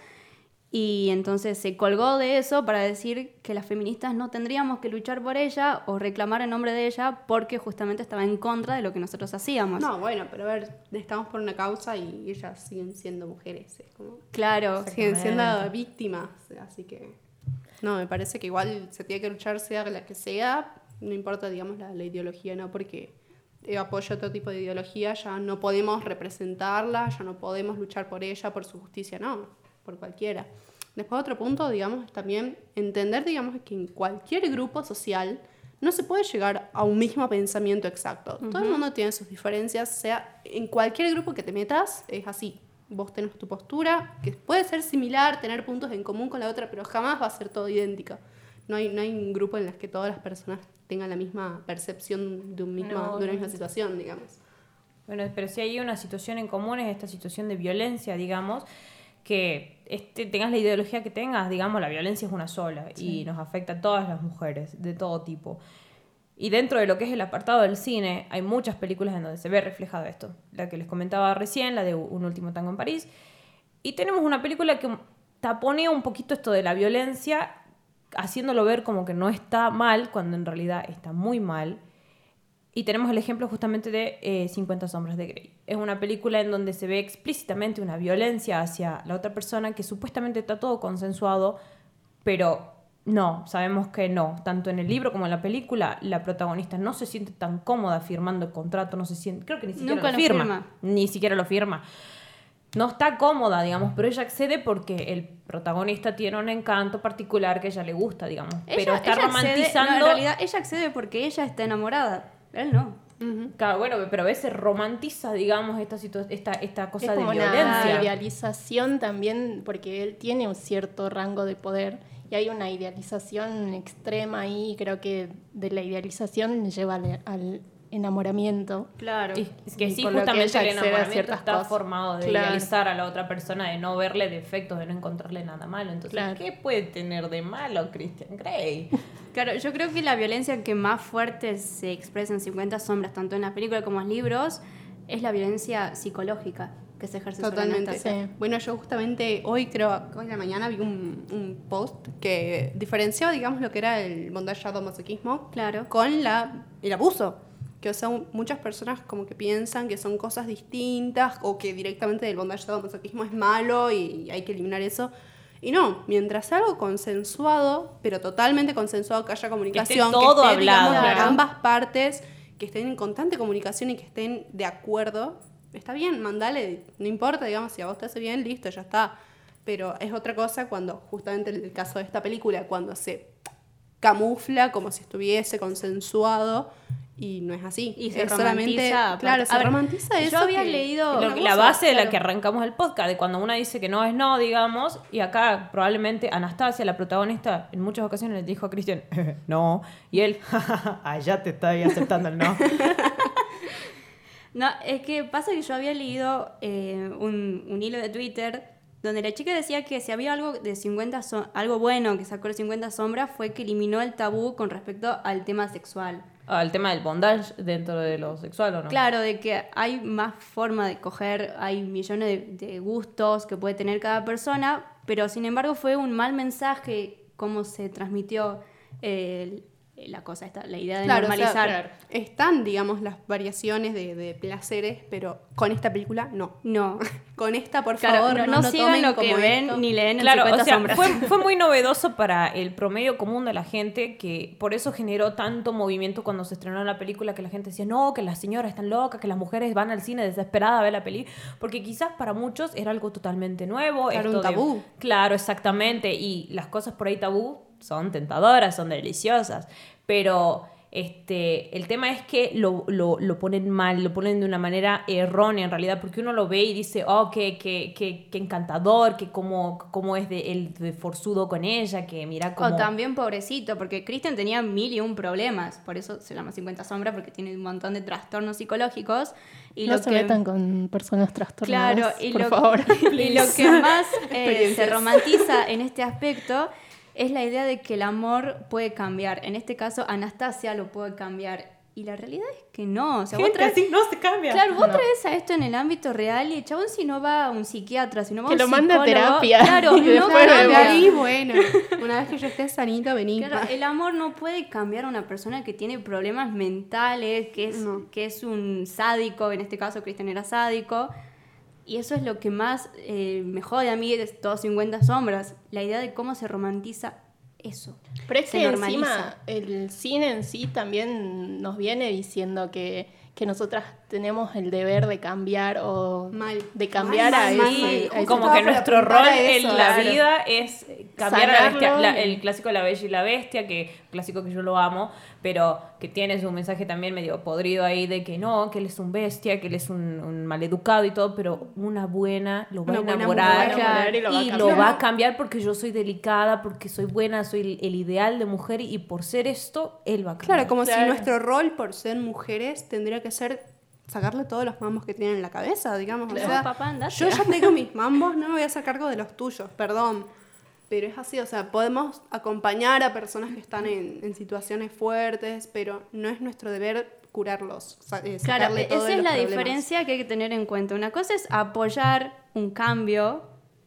y entonces se colgó de eso para decir que las feministas no tendríamos que luchar por ella o reclamar en nombre de ella porque justamente estaba en contra de lo que nosotros hacíamos. No, bueno, pero a ver, estamos por una causa y ellas siguen siendo mujeres, es como... Claro, Siguen siendo Exactamente. víctimas, así que... No, me parece que igual se tiene que luchar sea la que sea, no importa, digamos, la ideología, ¿no? Porque apoyo otro tipo de ideología, ya no podemos representarla, ya no podemos luchar por ella, por su justicia, no, por cualquiera. Después otro punto, digamos, es también entender, digamos, que en cualquier grupo social no se puede llegar a un mismo pensamiento exacto. Todo el mundo tiene sus diferencias, sea en cualquier grupo que te metas, es así. Vos tenés tu postura, que puede ser similar, tener puntos en común con la otra, pero jamás va a ser todo idéntica. No hay un grupo en el que todas las personas tengan la misma percepción de, No, de una misma obviamente. situación, digamos. bueno, pero si hay una situación en común es esta situación de violencia, digamos, que tengas la ideología que tengas, digamos, la violencia es una sola y nos afecta a todas las mujeres de todo tipo. Y dentro de lo que es el apartado del cine, hay muchas películas en donde se ve reflejado esto. La que les comentaba recién, la de Un último tango en París. Y tenemos una película que taponea un poquito esto de la violencia, haciéndolo ver como que no está mal, cuando en realidad está muy mal. Y tenemos el ejemplo justamente de 50 sombras de Grey. Es una película en donde se ve explícitamente una violencia hacia la otra persona, que supuestamente está todo consensuado, pero no, sabemos que no. Tanto en el libro como en la película, la protagonista no se siente tan cómoda firmando el contrato, no se siente, creo que ni siquiera Nunca lo lo firma. firma. Ni siquiera lo firma. No está cómoda, digamos, pero ella accede porque el protagonista tiene un encanto particular que a ella le gusta, digamos. Pero está ella accede- romantizando... no, en realidad ella accede porque ella está enamorada. Él no. Claro, bueno, pero a veces romantiza, digamos, esta cosa Es de como una violencia. idealización también, porque él tiene un cierto rango de poder y hay una idealización extrema ahí, y creo que de la idealización lleva al enamoramiento. Claro. Y es que Y sí, por lo que justamente ella el accede a enamoramiento ciertas está cosas. formado de Claro. idealizar a la otra persona, de no verle defectos, de no encontrarle nada malo. Entonces, Claro. ¿qué puede tener de malo Christian Grey? Claro, yo creo que la violencia que más fuerte se expresa en 50 sombras, tanto en la película como en los libros, es la violencia psicológica. que se ejerce sobre Totalmente. Anastasia. Sí. Bueno, yo justamente hoy en la mañana vi un post que diferenciaba, digamos, lo que era el bondage sadomasoquismo Claro. con el abuso. Que, o sea, muchas personas como que piensan que son cosas distintas o que directamente el bondage sadomasoquismo es malo y hay que eliminar eso. Y no, mientras sea algo consensuado, pero totalmente consensuado, que haya comunicación, todo que esté, digamos, hablado. de Claro. ambas partes, que estén en constante comunicación y que estén de acuerdo, está bien, mandale, no importa, digamos, si a vos te hace bien, listo, ya está. Pero es otra cosa cuando, justamente en el caso de esta película, cuando se camufla como si estuviese consensuado y no es así. Y se es romantiza. claro, A se ver, romantiza eso. Yo había que- leído... La base de la que arrancamos el podcast, de cuando una dice que no es no, digamos, y acá probablemente Anastasia, la protagonista, en muchas ocasiones le dijo a Cristian, no, y él, ya te estoy aceptando el no. No, es que pasa que yo había leído un hilo de Twitter donde la chica decía que si había algo de algo bueno que sacó de 50 sombras fue que eliminó el tabú con respecto al tema sexual. El tema del bondage dentro de lo sexual, ¿o no? Claro, de que hay más forma de coger, hay millones de gustos que puede tener cada persona, pero sin embargo fue un mal mensaje cómo se transmitió la cosa esta, la idea de Claro, o sea, normalizar. claro. Están, digamos, las variaciones de placeres, pero con esta película no. No, Con esta, por claro, favor, no lo sigan tomen lo que como ven esto. ni leen en Claro, 50 o sea, sombras. fue muy novedoso para el promedio común de la gente, que por eso generó tanto movimiento cuando se estrenó la película, que la gente decía, no, que las señoras están locas, que las mujeres van al cine desesperadas a ver la peli, porque quizás para muchos era algo totalmente nuevo. Claro, esto un tabú. Claro, exactamente, y las cosas por ahí tabú son tentadoras, son deliciosas, pero el tema es que lo ponen mal, lo ponen de una manera errónea en realidad, porque uno lo ve y dice, oh, qué encantador, que cómo es de forzudo con ella, que mira cómo... O también pobrecito, porque Kristen tenía 1001 problemas, por eso se llama 50 sombras, porque tiene un montón de trastornos psicológicos. Y No lo se que... metan con personas trastornadas, Claro, por favor. y lo que más se Experiencias. romantiza en este aspecto es la idea de que el amor puede cambiar. En este caso, Anastasia lo puede cambiar. Y la realidad es que no. O sea, vos traes... así no se cambia. Claro, vos No. traes a esto en el ámbito real y el chabón si no va a un psiquiatra, si no va a Que un lo mande a psicólogo, terapia. claro, Y no después Claro, vemos. de cambia. ahí, bueno, una vez que yo esté sanito, vení. Claro, el amor no puede cambiar a una persona que tiene problemas mentales, No. que es un sádico, en este caso Kristen era sádico, y eso es lo que más me jode a mí de todos 50 sombras, la idea de cómo se romantiza eso. Pero es Se que normaliza. encima el cine en sí también nos viene diciendo que nosotras tenemos el deber de cambiar o Mal. de cambiar Mal, a mal, ese... mal. a ese- Justo Como estaba que por nuestro apuntar rol a eso, en la claro. vida es cambiar a la bestia, Sanarlo y- el clásico La Bella y la Bestia, que clásico que yo lo amo, pero que tiene su mensaje también medio podrido ahí de que no, que él es un bestia, que él es un maleducado y todo, pero una buena lo va Una a buena enamorar mujer, claro, y lo va a y cambiar. lo va a cambiar porque yo soy delicada, porque soy buena, soy el ideal de mujer y por ser esto, él va a cambiar. Claro, como si Claro. nuestro rol por ser mujeres tendría que ser sacarle todos los mambos que tienen en la cabeza, digamos. Claro. O sea, Papá, andate. yo ya tengo mis mambos, no me voy a hacer cargo de los tuyos, perdón. Pero es así, o sea, podemos acompañar a personas que están en situaciones fuertes, pero no es nuestro deber curarlos, Claro, sacarle todos esa es los la problemas. diferencia que hay que tener en cuenta. Una cosa es apoyar un cambio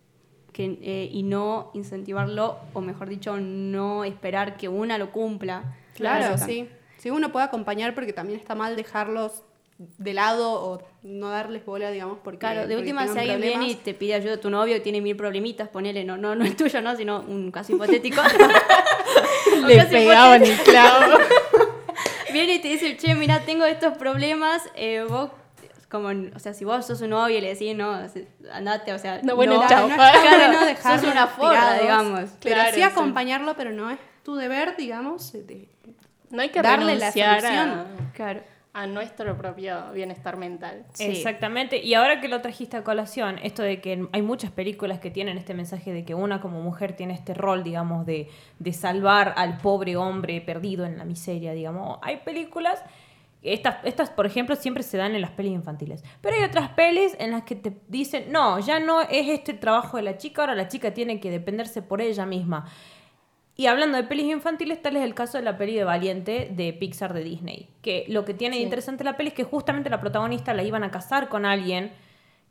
y no incentivarlo, o mejor dicho, no esperar que una lo cumpla. Claro, Eso. sí. Sí, uno puede acompañar porque también está mal dejarlos de lado o no darles bola, digamos, porque Claro, de porque última, si tengan alguien viene y problemas. te pide ayuda a tu novio y tiene 1000 problemitas, ponele, no el tuyo, no, sino un caso hipotético. Un Le caso pegaban el clavo. Viene y te dice, che, mira, tengo estos problemas, vos, como, o sea, si vos sos un novio y le decís, no, andate, o sea, No, bueno, no, chao. no, Claro, claro, no dejarlos sos una forra, tirados. digamos. Pero Claro, sí sí. acompañarlo, pero no es tu deber, digamos, de No hay que darle la renunciar solución. Claro. a nuestro propio bienestar mental. Sí. Exactamente, y ahora que lo trajiste a colación, esto de que hay muchas películas que tienen este mensaje de que una como mujer tiene este rol, digamos, de salvar al pobre hombre perdido en la miseria, digamos. Hay películas, estas por ejemplo, siempre se dan en las pelis infantiles, pero hay otras pelis en las que te dicen, no, ya no es este el trabajo de la chica, ahora la chica tiene que dependerse por ella misma. Y hablando de pelis infantiles, tal es el caso de la peli de Valiente de Pixar de Disney. Que lo que tiene de Sí. interesante la peli es que justamente la protagonista la iban a casar con alguien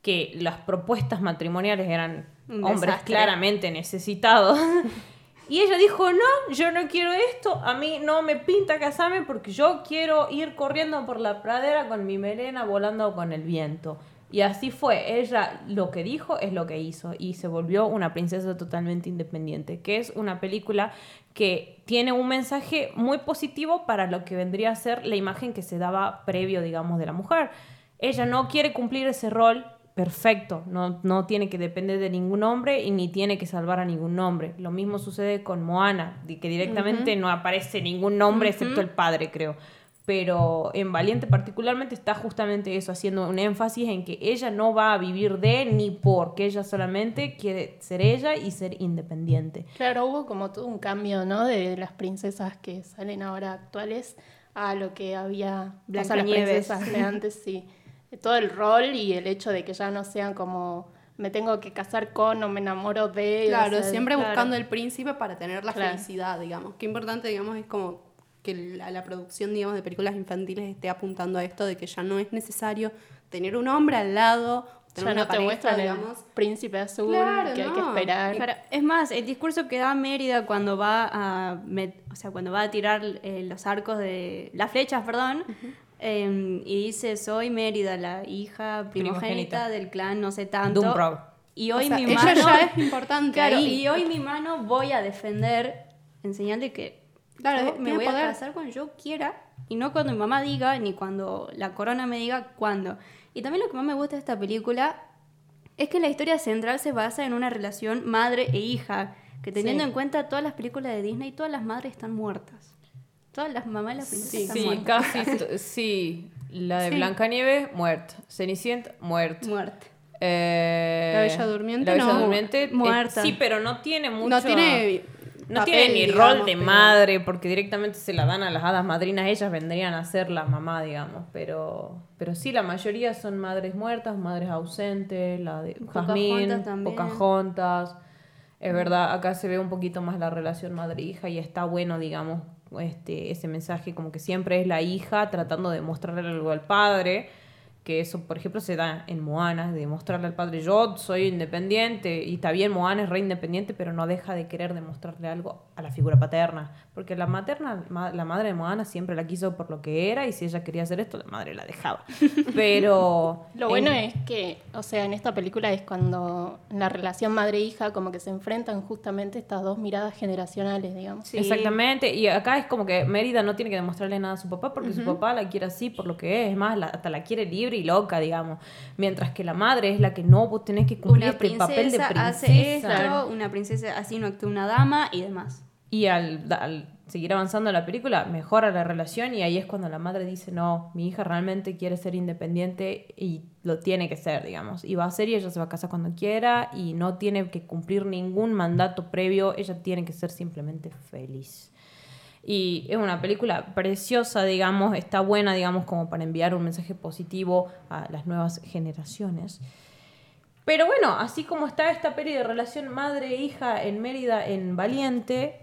que las propuestas matrimoniales eran Un hombres desastre. claramente necesitados. Y ella dijo, no, yo no quiero esto, a mí no me pinta casarme porque yo quiero ir corriendo por la pradera con mi melena volando con el viento. Y así fue, ella lo que dijo es lo que hizo y se volvió una princesa totalmente independiente, que es una película que tiene un mensaje muy positivo para lo que vendría a ser la imagen que se daba previo, digamos, de la mujer. Ella no quiere cumplir ese rol perfecto, no tiene que depender de ningún hombre y ni tiene que salvar a ningún hombre. Lo mismo sucede con Moana, que directamente no aparece ningún nombre excepto el padre, creo. Pero en Valiente particularmente está justamente eso, haciendo un énfasis en que ella no va a vivir de ni por, que ella solamente quiere ser ella y ser independiente. Claro, hubo como todo un cambio, ¿no? De las princesas que salen ahora actuales a lo que había, o sea, las Blancanieves. princesas de antes, sí. Todo el rol y el hecho de que ya no sean como me tengo que casar con o me enamoro de... Claro, o sea, siempre claro. buscando el príncipe para tener la Claro. felicidad, digamos. Qué importante, digamos, es como que la producción, digamos, de películas infantiles esté apuntando a esto de que ya no es necesario tener un hombre al lado, tener Ya una no te pareja, muestran digamos. el príncipe azul Claro, que hay que no. esperar. Claro, es más, el discurso que da Mérida cuando va cuando va a tirar los arcos de las flechas, perdón, y dice soy Mérida, la hija primogénita Primogénita. del clan no sé tanto. Dumbrov. Y hoy O sea, mi ella mano ya es importante claro, ahí. y hoy mi mano voy a defender en señal de que Claro, yo tiene me voy poder. a casar cuando yo quiera y no cuando mi mamá diga ni cuando la corona me diga cuándo. Y también lo que más me gusta de esta película es que la historia central se basa en una relación madre e hija, que teniendo Sí. en cuenta todas las películas de Disney, todas las madres están muertas. Todas las mamás de las princesas están Sí, muertas. casi, sí. La de Sí. Blancanieves, muerta. Cenicienta, muerta. Muerte. La Bella Durmiente, La Bella no. Durmiente, Muerta. sí, pero no tiene mucho... No tiene No papel, tiene ni digamos, rol de pero- madre, porque directamente se la dan a las hadas madrinas, ellas vendrían a ser la mamá, digamos, pero sí, la mayoría son madres muertas, madres ausentes, la de Pocahontas Jazmín, también. Pocahontas. Es verdad, acá se ve un poquito más la relación madre-hija y está bueno, digamos, ese mensaje, como que siempre es la hija tratando de mostrarle algo al padre, que eso, por ejemplo, se da en Moana, de mostrarle al padre, yo soy independiente, y está bien, Moana es re independiente, pero no deja de querer demostrarle algo a la figura paterna, porque la madre de Moana siempre la quiso por lo que era, y si ella quería hacer esto, la madre la dejaba. Pero... Lo bueno es que, o sea, en esta película es cuando en la relación madre-hija como que se enfrentan justamente estas dos miradas generacionales, digamos. Sí. Exactamente, y acá es como que Mérida no tiene que demostrarle nada a su papá porque su papá la quiere así por lo que es más, hasta la quiere libre y loca, digamos, mientras que la madre es la que no, vos tenés que cumplir Una este papel de princesa hace princesa. esto, una princesa así no actúa una dama y demás. Y al seguir avanzando la película, mejora la relación y ahí es cuando la madre dice, no, mi hija realmente quiere ser independiente y lo tiene que ser, digamos. Y va a ser y ella se va a casar cuando quiera y no tiene que cumplir ningún mandato previo, ella tiene que ser simplemente feliz. Y es una película preciosa, digamos, está buena, digamos, como para enviar un mensaje positivo a las nuevas generaciones. Pero bueno, así como está esta peli de relación madre-hija en Mérida, en Valiente,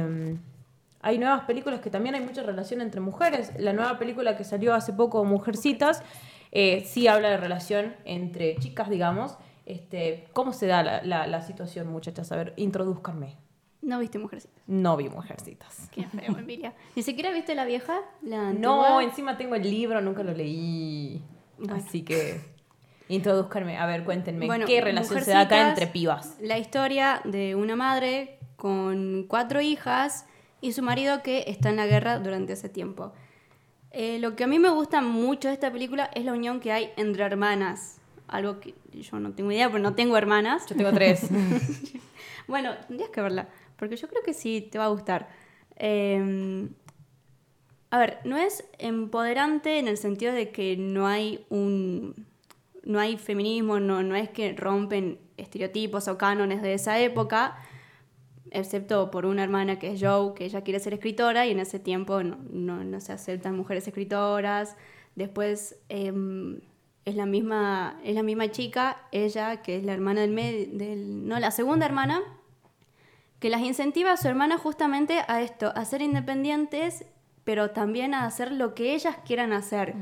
hay nuevas películas que también hay mucha relación entre mujeres. La nueva película que salió hace poco, Mujercitas, sí habla de relación entre chicas, digamos. ¿Cómo se da la situación, muchachas? A ver, introduzcanme. ¿No viste Mujercitas? No vi Mujercitas. Qué feo, Emilia. ¿Ni siquiera viste la vieja? La No, antigua? encima tengo el libro, nunca lo leí. Bueno. Así que introduzcanme. A ver, cuéntenme, Bueno, ¿qué relación se da acá Mujercitas, entre pibas? La historia de una madre con 4 hijas y su marido que está en la guerra durante ese tiempo. Lo que a mí me gusta mucho de esta película es la unión que hay entre hermanas. Algo que yo no tengo idea, porque no tengo hermanas. Yo tengo 3. Bueno, tendrías que verla, porque yo creo que sí te va a gustar. A ver, no es empoderante en el sentido de que no hay feminismo, no es que rompen estereotipos o cánones de esa época, excepto por una hermana que es Joe, que ella quiere ser escritora y en ese tiempo no se aceptan mujeres escritoras. Después es la misma chica, ella, que es la hermana la segunda hermana, que las incentiva a su hermana justamente a esto, a ser independientes, pero también a hacer lo que ellas quieran hacer.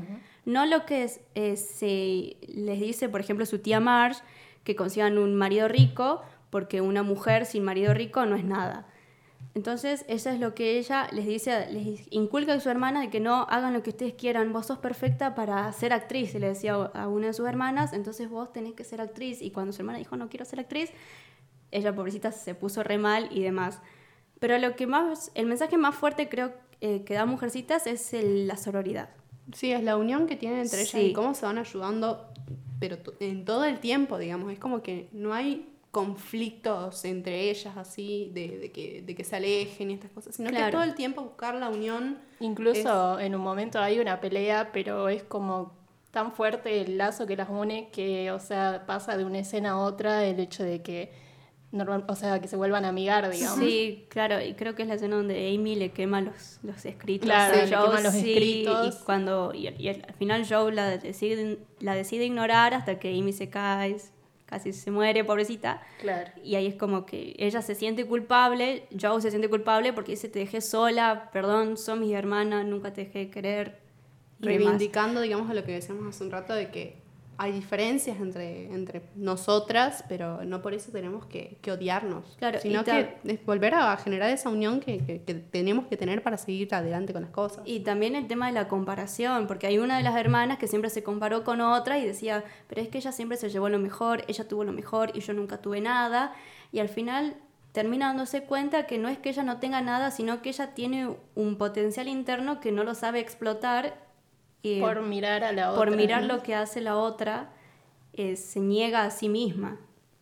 no lo que se les dice, por ejemplo, su tía Marge, que consigan un marido rico, porque una mujer sin marido rico no es nada. Entonces, eso es lo que ella les dice, les inculca a su hermana de que no hagan lo que ustedes quieran. Vos sos perfecta para ser actriz, le decía a una de sus hermanas, entonces vos tenés que ser actriz. Y cuando su hermana dijo, no quiero ser actriz, ella, pobrecita, se puso re mal y demás. Pero el mensaje más fuerte creo que da Mujercitas es la sororidad. Sí, es la unión que tienen entre ellas y cómo se van ayudando, pero en todo el tiempo, digamos. Es como que no hay conflictos entre ellas así, de que se alejen y estas cosas, sino que todo el tiempo buscar la unión. Incluso en un momento hay una pelea, pero es como tan fuerte el lazo que las une que, o sea, pasa de una escena a otra el hecho de que que se vuelvan a amigar, digamos. Sí, claro, y creo que es la escena donde Amy le quema los escritos. Claro, a le quema los escritos. Y al final Joe la decide ignorar hasta que Amy se cae, casi se muere, pobrecita. Claro. Y ahí es como que ella se siente culpable, Joe se siente culpable porque dice, te dejé sola, perdón, son mis hermanas, nunca te dejé querer. Reivindicando, digamos, a lo que decíamos hace un rato de que hay diferencias entre nosotras, pero no por eso tenemos que odiarnos, claro, sino que es volver a generar esa unión que tenemos que tener para seguir adelante con las cosas. Y también el tema de la comparación, porque hay una de las hermanas que siempre se comparó con otra y decía, pero es que ella siempre se llevó lo mejor, ella tuvo lo mejor y yo nunca tuve nada, y al final termina dándose cuenta que no es que ella no tenga nada, sino que ella tiene un potencial interno que no lo sabe explotar. Por mirar a la otra. Por mirar lo que hace la otra, se niega a sí misma.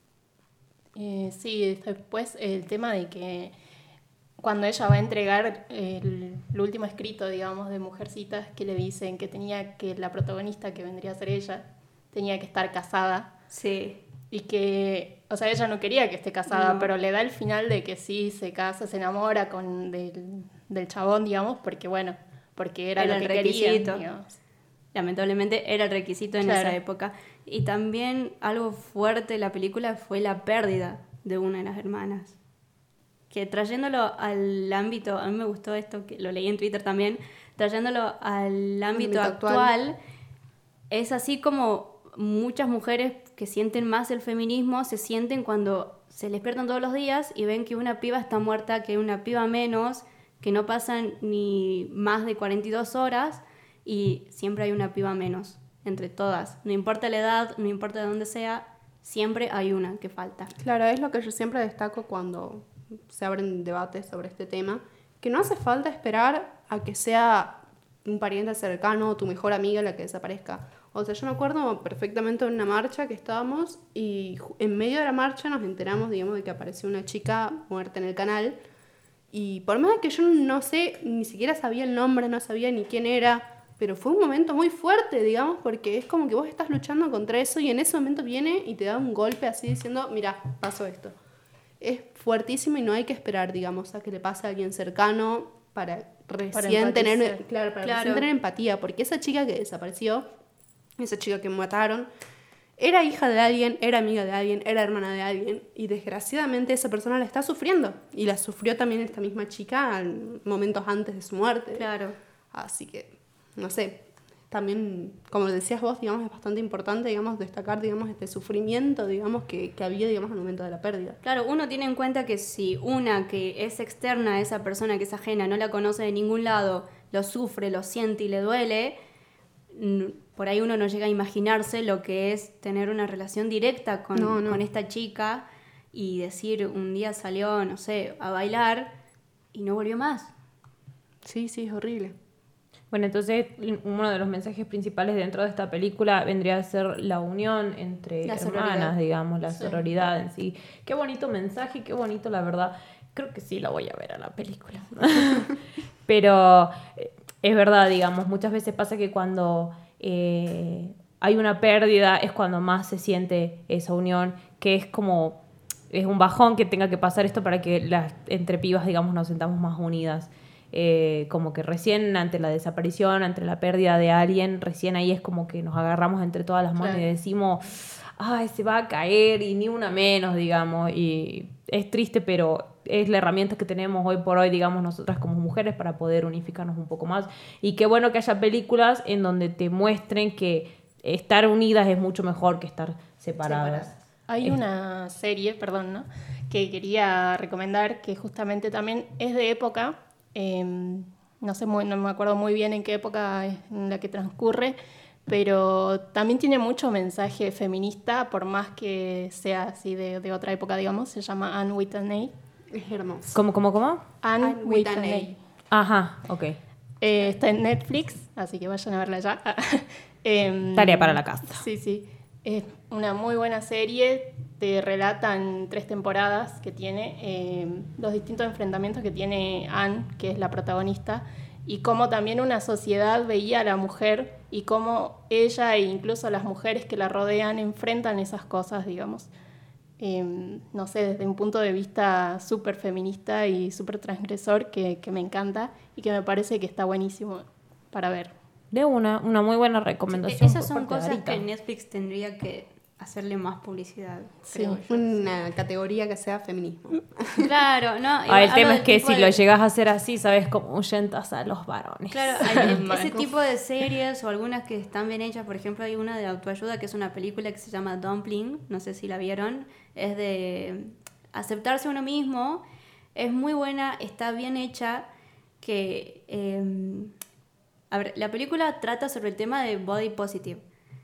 Sí, después el tema de que cuando ella va a entregar el último escrito, digamos, de Mujercitas, que le dicen que la protagonista, que vendría a ser ella, tenía que estar casada. Sí. Y que, o sea, ella no quería que esté casada, pero le da el final de que sí, se casa, se enamora del chabón, digamos, porque era lo que requisito. Querían. Lamentablemente era el requisito en esa época. Y también algo fuerte de la película fue la pérdida de una de las hermanas. Que trayéndolo al ámbito, a mí me gustó esto, que lo leí en Twitter también, trayéndolo al ámbito actual, es así como muchas mujeres que sienten más el feminismo se sienten cuando se les despiertan todos los días y ven que una piba está muerta, que una piba menos, que no pasan ni más de 42 horas y siempre hay una piba menos entre todas. No importa la edad, no importa de dónde sea, siempre hay una que falta. Claro, es lo que yo siempre destaco cuando se abren debates sobre este tema, que no hace falta esperar a que sea un pariente cercano o tu mejor amiga la que desaparezca. O sea, yo me acuerdo perfectamente de una marcha que estábamos y en medio de la marcha nos enteramos, digamos, de que apareció una chica muerta en el canal. Y por más que yo no sé, ni siquiera sabía el nombre, no sabía ni quién era, pero fue un momento muy fuerte, digamos, porque es como que vos estás luchando contra eso y en ese momento viene y te da un golpe así diciendo, mira, pasó esto. Es fuertísimo y no hay que esperar, digamos, a que le pase a alguien cercano para recién tener empatía, porque esa chica que desapareció, esa chica que mataron, era hija de alguien, era amiga de alguien, era hermana de alguien y desgraciadamente esa persona la está sufriendo y la sufrió también esta misma chica momentos antes de su muerte. Claro. Así que, no sé, también, como decías vos, digamos, es bastante importante, digamos, destacar, digamos, este sufrimiento, digamos, que había, digamos, al momento de la pérdida. Claro, uno tiene en cuenta que si una que es externa a esa persona que es ajena, no la conoce de ningún lado, lo sufre, lo siente y le duele, por ahí uno no llega a imaginarse lo que es tener una relación directa con esta chica y decir, un día salió, no sé, a bailar y no volvió más. Sí, es horrible. Bueno, entonces uno de los mensajes principales dentro de esta película vendría a ser la unión entre hermanas, digamos, la sororidad en sí. Qué bonito mensaje, qué bonito, la verdad. Creo que sí la voy a ver a la película. Pero es verdad, digamos, muchas veces pasa que cuando hay una pérdida es cuando más se siente esa unión, que es como, es un bajón que tenga que pasar esto para que las entre pibas, digamos, nos sentamos más unidas. como que recién ante la desaparición, ante la pérdida de alguien, recién ahí es como que nos agarramos entre todas las manos y decimos, ay, se va a caer y ni una menos, digamos, y es triste, pero es la herramienta que tenemos hoy por hoy, digamos, nosotras como mujeres para poder unificarnos un poco más. Y qué bueno que haya películas en donde te muestren que estar unidas es mucho mejor que estar separadas. Hay una serie, perdón, ¿no?, que quería recomendar, que justamente también es de época, no me acuerdo muy bien en qué época es en la que transcurre, pero también tiene mucho mensaje feminista, por más que sea así de otra época, digamos. Se llama Anne with an A. Es hermoso. ¿Cómo? Anne with an A. Ajá, ok. Está en Netflix, así que vayan a verla ya. Tarea para la casa. Sí. Es una muy buena serie. Te relata en 3 temporadas que tiene los distintos enfrentamientos que tiene Anne, que es la protagonista, y cómo también una sociedad veía a la mujer y cómo ella e incluso las mujeres que la rodean enfrentan esas cosas, digamos. No sé, desde un punto de vista súper feminista y súper transgresor que me encanta y que me parece que está buenísimo para ver. De una muy buena recomendación. Esas por son parte de cosas Arita. que Netflix tendría que hacerle más publicidad, Sí. creo yo. Una categoría que sea feminismo. Claro, no. El tema hablo es que del si tipo lo de- llegas a hacer así, sabes cómo ahuyentas a los varones. Claro, hay ese tipo de series o algunas que están bien hechas. Por ejemplo, hay una de autoayuda que es una película que se llama Dumpling, no sé si la vieron. Es de aceptarse a uno mismo. Es muy buena, está bien hecha. A ver, la película trata sobre el tema de body positive.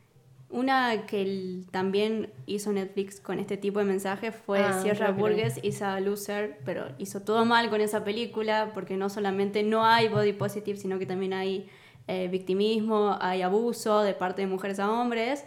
Una que también hizo Netflix con este tipo de mensajes fue Sierra creo que Burgess, Is a Loser, pero hizo todo mal con esa película porque no solamente no hay body positive, sino que también hay victimismo, hay abuso de parte de mujeres a hombres.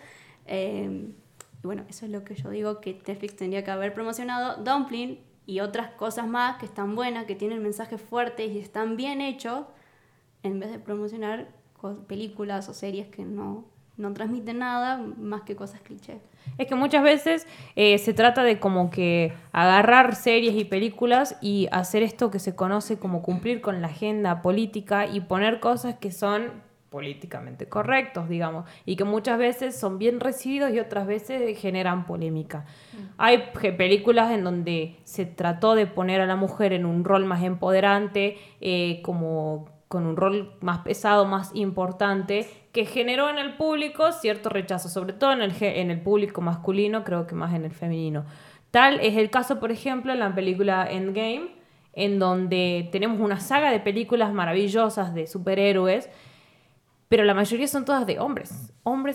Y bueno, eso es lo que yo digo que Netflix tendría que haber promocionado. Dumpling y otras cosas más que están buenas, que tienen mensajes fuertes y están bien hechos, en vez de promocionar películas o series que no transmiten nada más que cosas cliché. Es que muchas veces se trata de como que agarrar series y películas y hacer esto que se conoce como cumplir con la agenda política y poner cosas que son políticamente correctos, digamos, y que muchas veces son bien recibidos y otras veces generan polémica. Hay películas en donde se trató de poner a la mujer en un rol más empoderante, como con un rol más pesado, más importante, que generó en el público cierto rechazo, sobre todo en el público masculino, creo que más en el femenino. Tal es el caso, por ejemplo, en la película Endgame, en donde tenemos una saga de películas maravillosas de superhéroes, pero la mayoría son todas de hombres,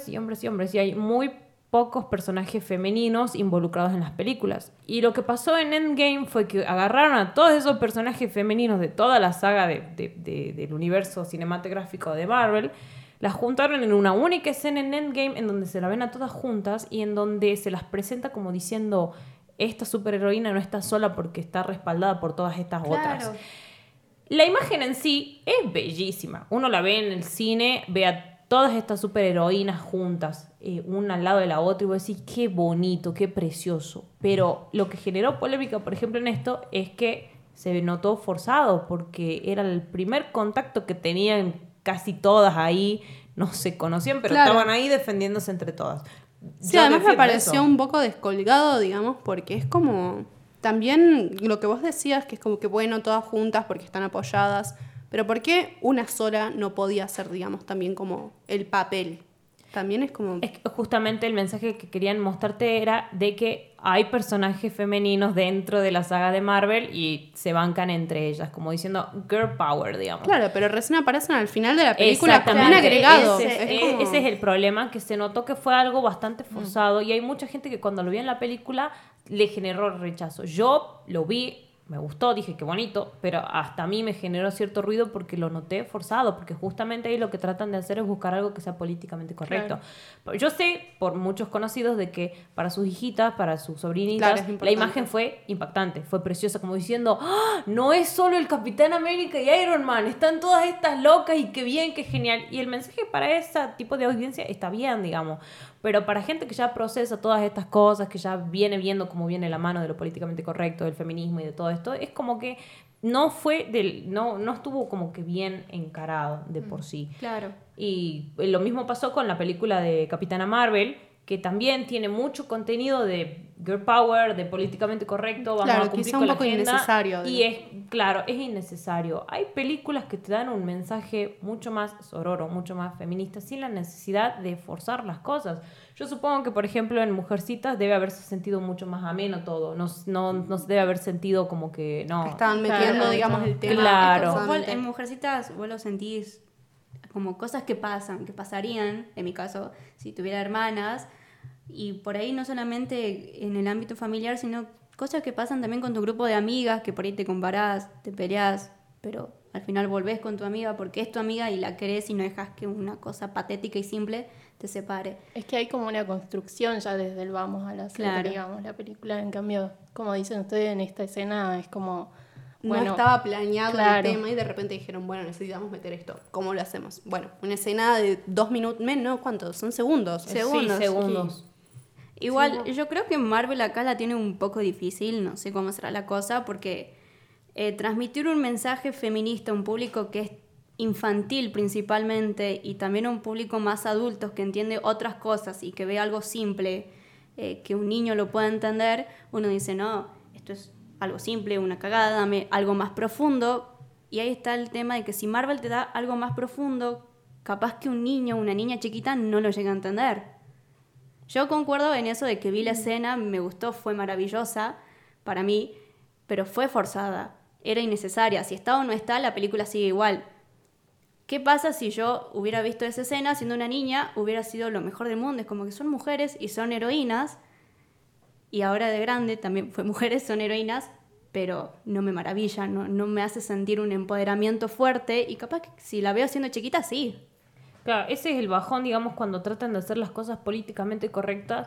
y hay muy pocos personajes femeninos involucrados en las películas. Y lo que pasó en Endgame fue que agarraron a todos esos personajes femeninos de toda la saga del universo cinematográfico de Marvel, las juntaron en una única escena en Endgame en donde se la ven a todas juntas y en donde se las presenta como diciendo, esta superheroína no está sola porque está respaldada por todas estas otras. La imagen en sí es bellísima. Uno la ve en el cine, ve a todas estas superheroínas juntas, una al lado de la otra, y vos decís, qué bonito, qué precioso. Pero lo que generó polémica, por ejemplo, en esto, es que se notó forzado, porque era el primer contacto que tenían casi todas ahí, no se conocían, pero Claro. estaban ahí defendiéndose entre todas. Sí, Yo además me defiendo pareció eso. un poco descolgado, digamos, porque es como... También lo que vos decías, que es como que, bueno, todas juntas porque están apoyadas, pero ¿por qué una sola no podía ser, digamos, también como el papel? También es como... Es que justamente el mensaje que querían mostrarte era de que hay personajes femeninos dentro de la saga de Marvel y se bancan entre ellas, como diciendo girl power, digamos. Claro, pero recién aparecen al final de la película como un Exactamente. agregado. Ese es el problema, que se notó que fue algo bastante forzado y hay mucha gente que cuando lo vio en la película le generó rechazo. Yo lo vi, me gustó, dije qué bonito, pero hasta a mí me generó cierto ruido porque lo noté forzado, porque justamente ahí lo que tratan de hacer es buscar algo que sea políticamente correcto. Claro. Yo sé por muchos conocidos de que para sus hijitas, para sus sobrinitas, Claro, es la importante. imagen fue impactante, fue preciosa, como diciendo, ¡ah! No es solo el Capitán América y Iron Man, están todas estas locas y qué bien, qué genial. Y el mensaje para ese tipo de audiencia está bien, digamos. Pero para gente que ya procesa todas estas cosas, que ya viene viendo cómo viene la mano de lo políticamente correcto, del feminismo y de todo esto, es como que no estuvo como que bien encarado de por sí. Claro. Y lo mismo pasó con la película de Capitana Marvel, que también tiene mucho contenido de girl power, de políticamente correcto, vamos Claro, a cumplir quizá con un la poco agenda. innecesario, Y es innecesario. Hay películas que te dan un mensaje mucho más sororo, mucho más feminista, sin la necesidad de forzar las cosas. Yo supongo que, por ejemplo, en Mujercitas debe haberse sentido mucho más ameno todo. No se debe haber sentido como que no. Estaban metiendo, Claro, digamos, no. el tema. Claro. Vos forzadamente. en Mujercitas vos lo sentís como cosas que pasan, que pasarían, en mi caso, si tuviera hermanas, y por ahí no solamente en el ámbito familiar, sino cosas que pasan también con tu grupo de amigas, que por ahí te comparás, te peleás, pero al final volvés con tu amiga porque es tu amiga y la querés y no dejas que una cosa patética y simple te separe. Es que hay como una construcción ya desde el vamos a la serie, Claro. digamos, la película. En cambio, como dicen ustedes, en esta escena es como... No bueno, estaba planeado claro. el tema y de repente dijeron, bueno, necesitamos meter esto. ¿Cómo lo hacemos? Bueno, una escena de 2 minutos, menos, ¿cuántos? Son segundos. Segundos. Sí, segundos. Igual, yo creo que Marvel acá la tiene un poco difícil, no sé cómo será la cosa, porque transmitir un mensaje feminista a un público que es infantil principalmente y también a un público más adulto que entiende otras cosas y que ve algo simple, que un niño lo pueda entender, uno dice, no, esto es algo simple, una cagada, dame algo más profundo. Y ahí está el tema de que si Marvel te da algo más profundo, capaz que un niño o una niña chiquita no lo llega a entender. Yo concuerdo en eso de que vi la escena, me gustó, fue maravillosa para mí, pero fue forzada, era innecesaria. Si está o no está, la película sigue igual. ¿Qué pasa si yo hubiera visto esa escena siendo una niña? Hubiera sido lo mejor del mundo. Es como que son mujeres y son heroínas, y ahora de grande también fue mujeres, son heroínas, pero no me maravilla, no me hace sentir un empoderamiento fuerte, y capaz que si la veo siendo chiquita, sí. Claro, ese es el bajón, digamos, cuando tratan de hacer las cosas políticamente correctas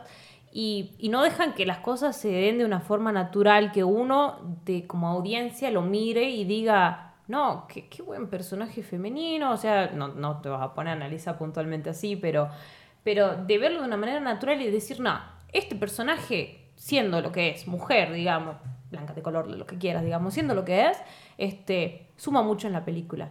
y no dejan que las cosas se den de una forma natural, que uno como audiencia lo mire y diga, no, qué buen personaje femenino, o sea, no te vas a poner a analizar puntualmente así, pero de verlo de una manera natural y decir, no, este personaje, siendo lo que es, mujer, digamos, blanca de color, lo que quieras, digamos, siendo lo que es, suma mucho en la película.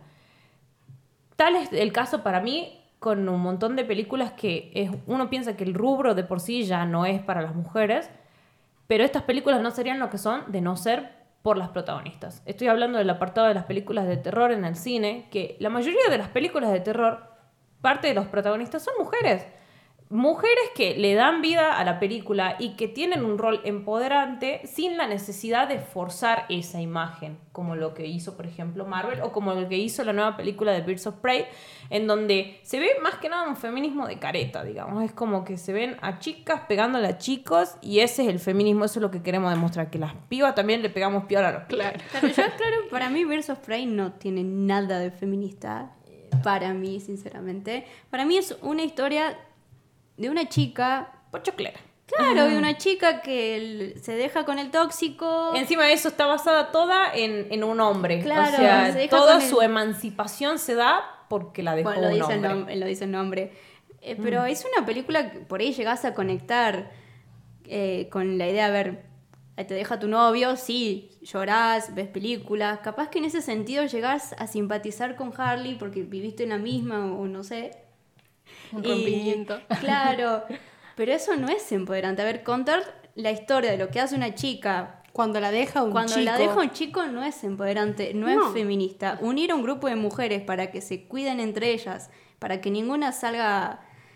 Tal es el caso para mí con un montón de películas que uno piensa que el rubro de por sí ya no es para las mujeres, pero estas películas no serían lo que son de no ser por las protagonistas. Estoy hablando del apartado de las películas de terror en el cine, que la mayoría de las películas de terror, parte de los protagonistas son mujeres. Mujeres que le dan vida a la película y que tienen un rol empoderante sin la necesidad de forzar esa imagen, como lo que hizo, por ejemplo, Marvel, o como lo que hizo la nueva película de Birds of Prey, en donde se ve más que nada un feminismo de careta, digamos. Es como que se ven a chicas pegándole a chicos y ese es el feminismo, eso es lo que queremos demostrar, que las pibas también le pegamos piola a los pibes. Claro. Claro, para mí Birds of Prey no tiene nada de feminista, para mí, sinceramente. Para mí es una historia de una chica, Pochoclera. claro, de una chica que se deja con el tóxico. Encima de eso está basada toda en un hombre. Claro, o sea, se deja toda con el- su emancipación se da porque la dejó Bueno, lo un dice hombre. lo dice el nombre. Pero es una película que por ahí llegás a conectar con la idea, a ver, te deja tu novio, sí, llorás, ves películas. Capaz que en ese sentido llegás a simpatizar con Harley porque viviste en la misma o no sé. Un Y- rompimiento. Claro, pero eso no es empoderante. A ver, contar la historia de lo que hace una chica Cuando la deja un cuando chico. la deja un chico no es empoderante, no No. es feminista. Unir a un grupo de mujeres para que se cuiden entre ellas, para que ninguna salga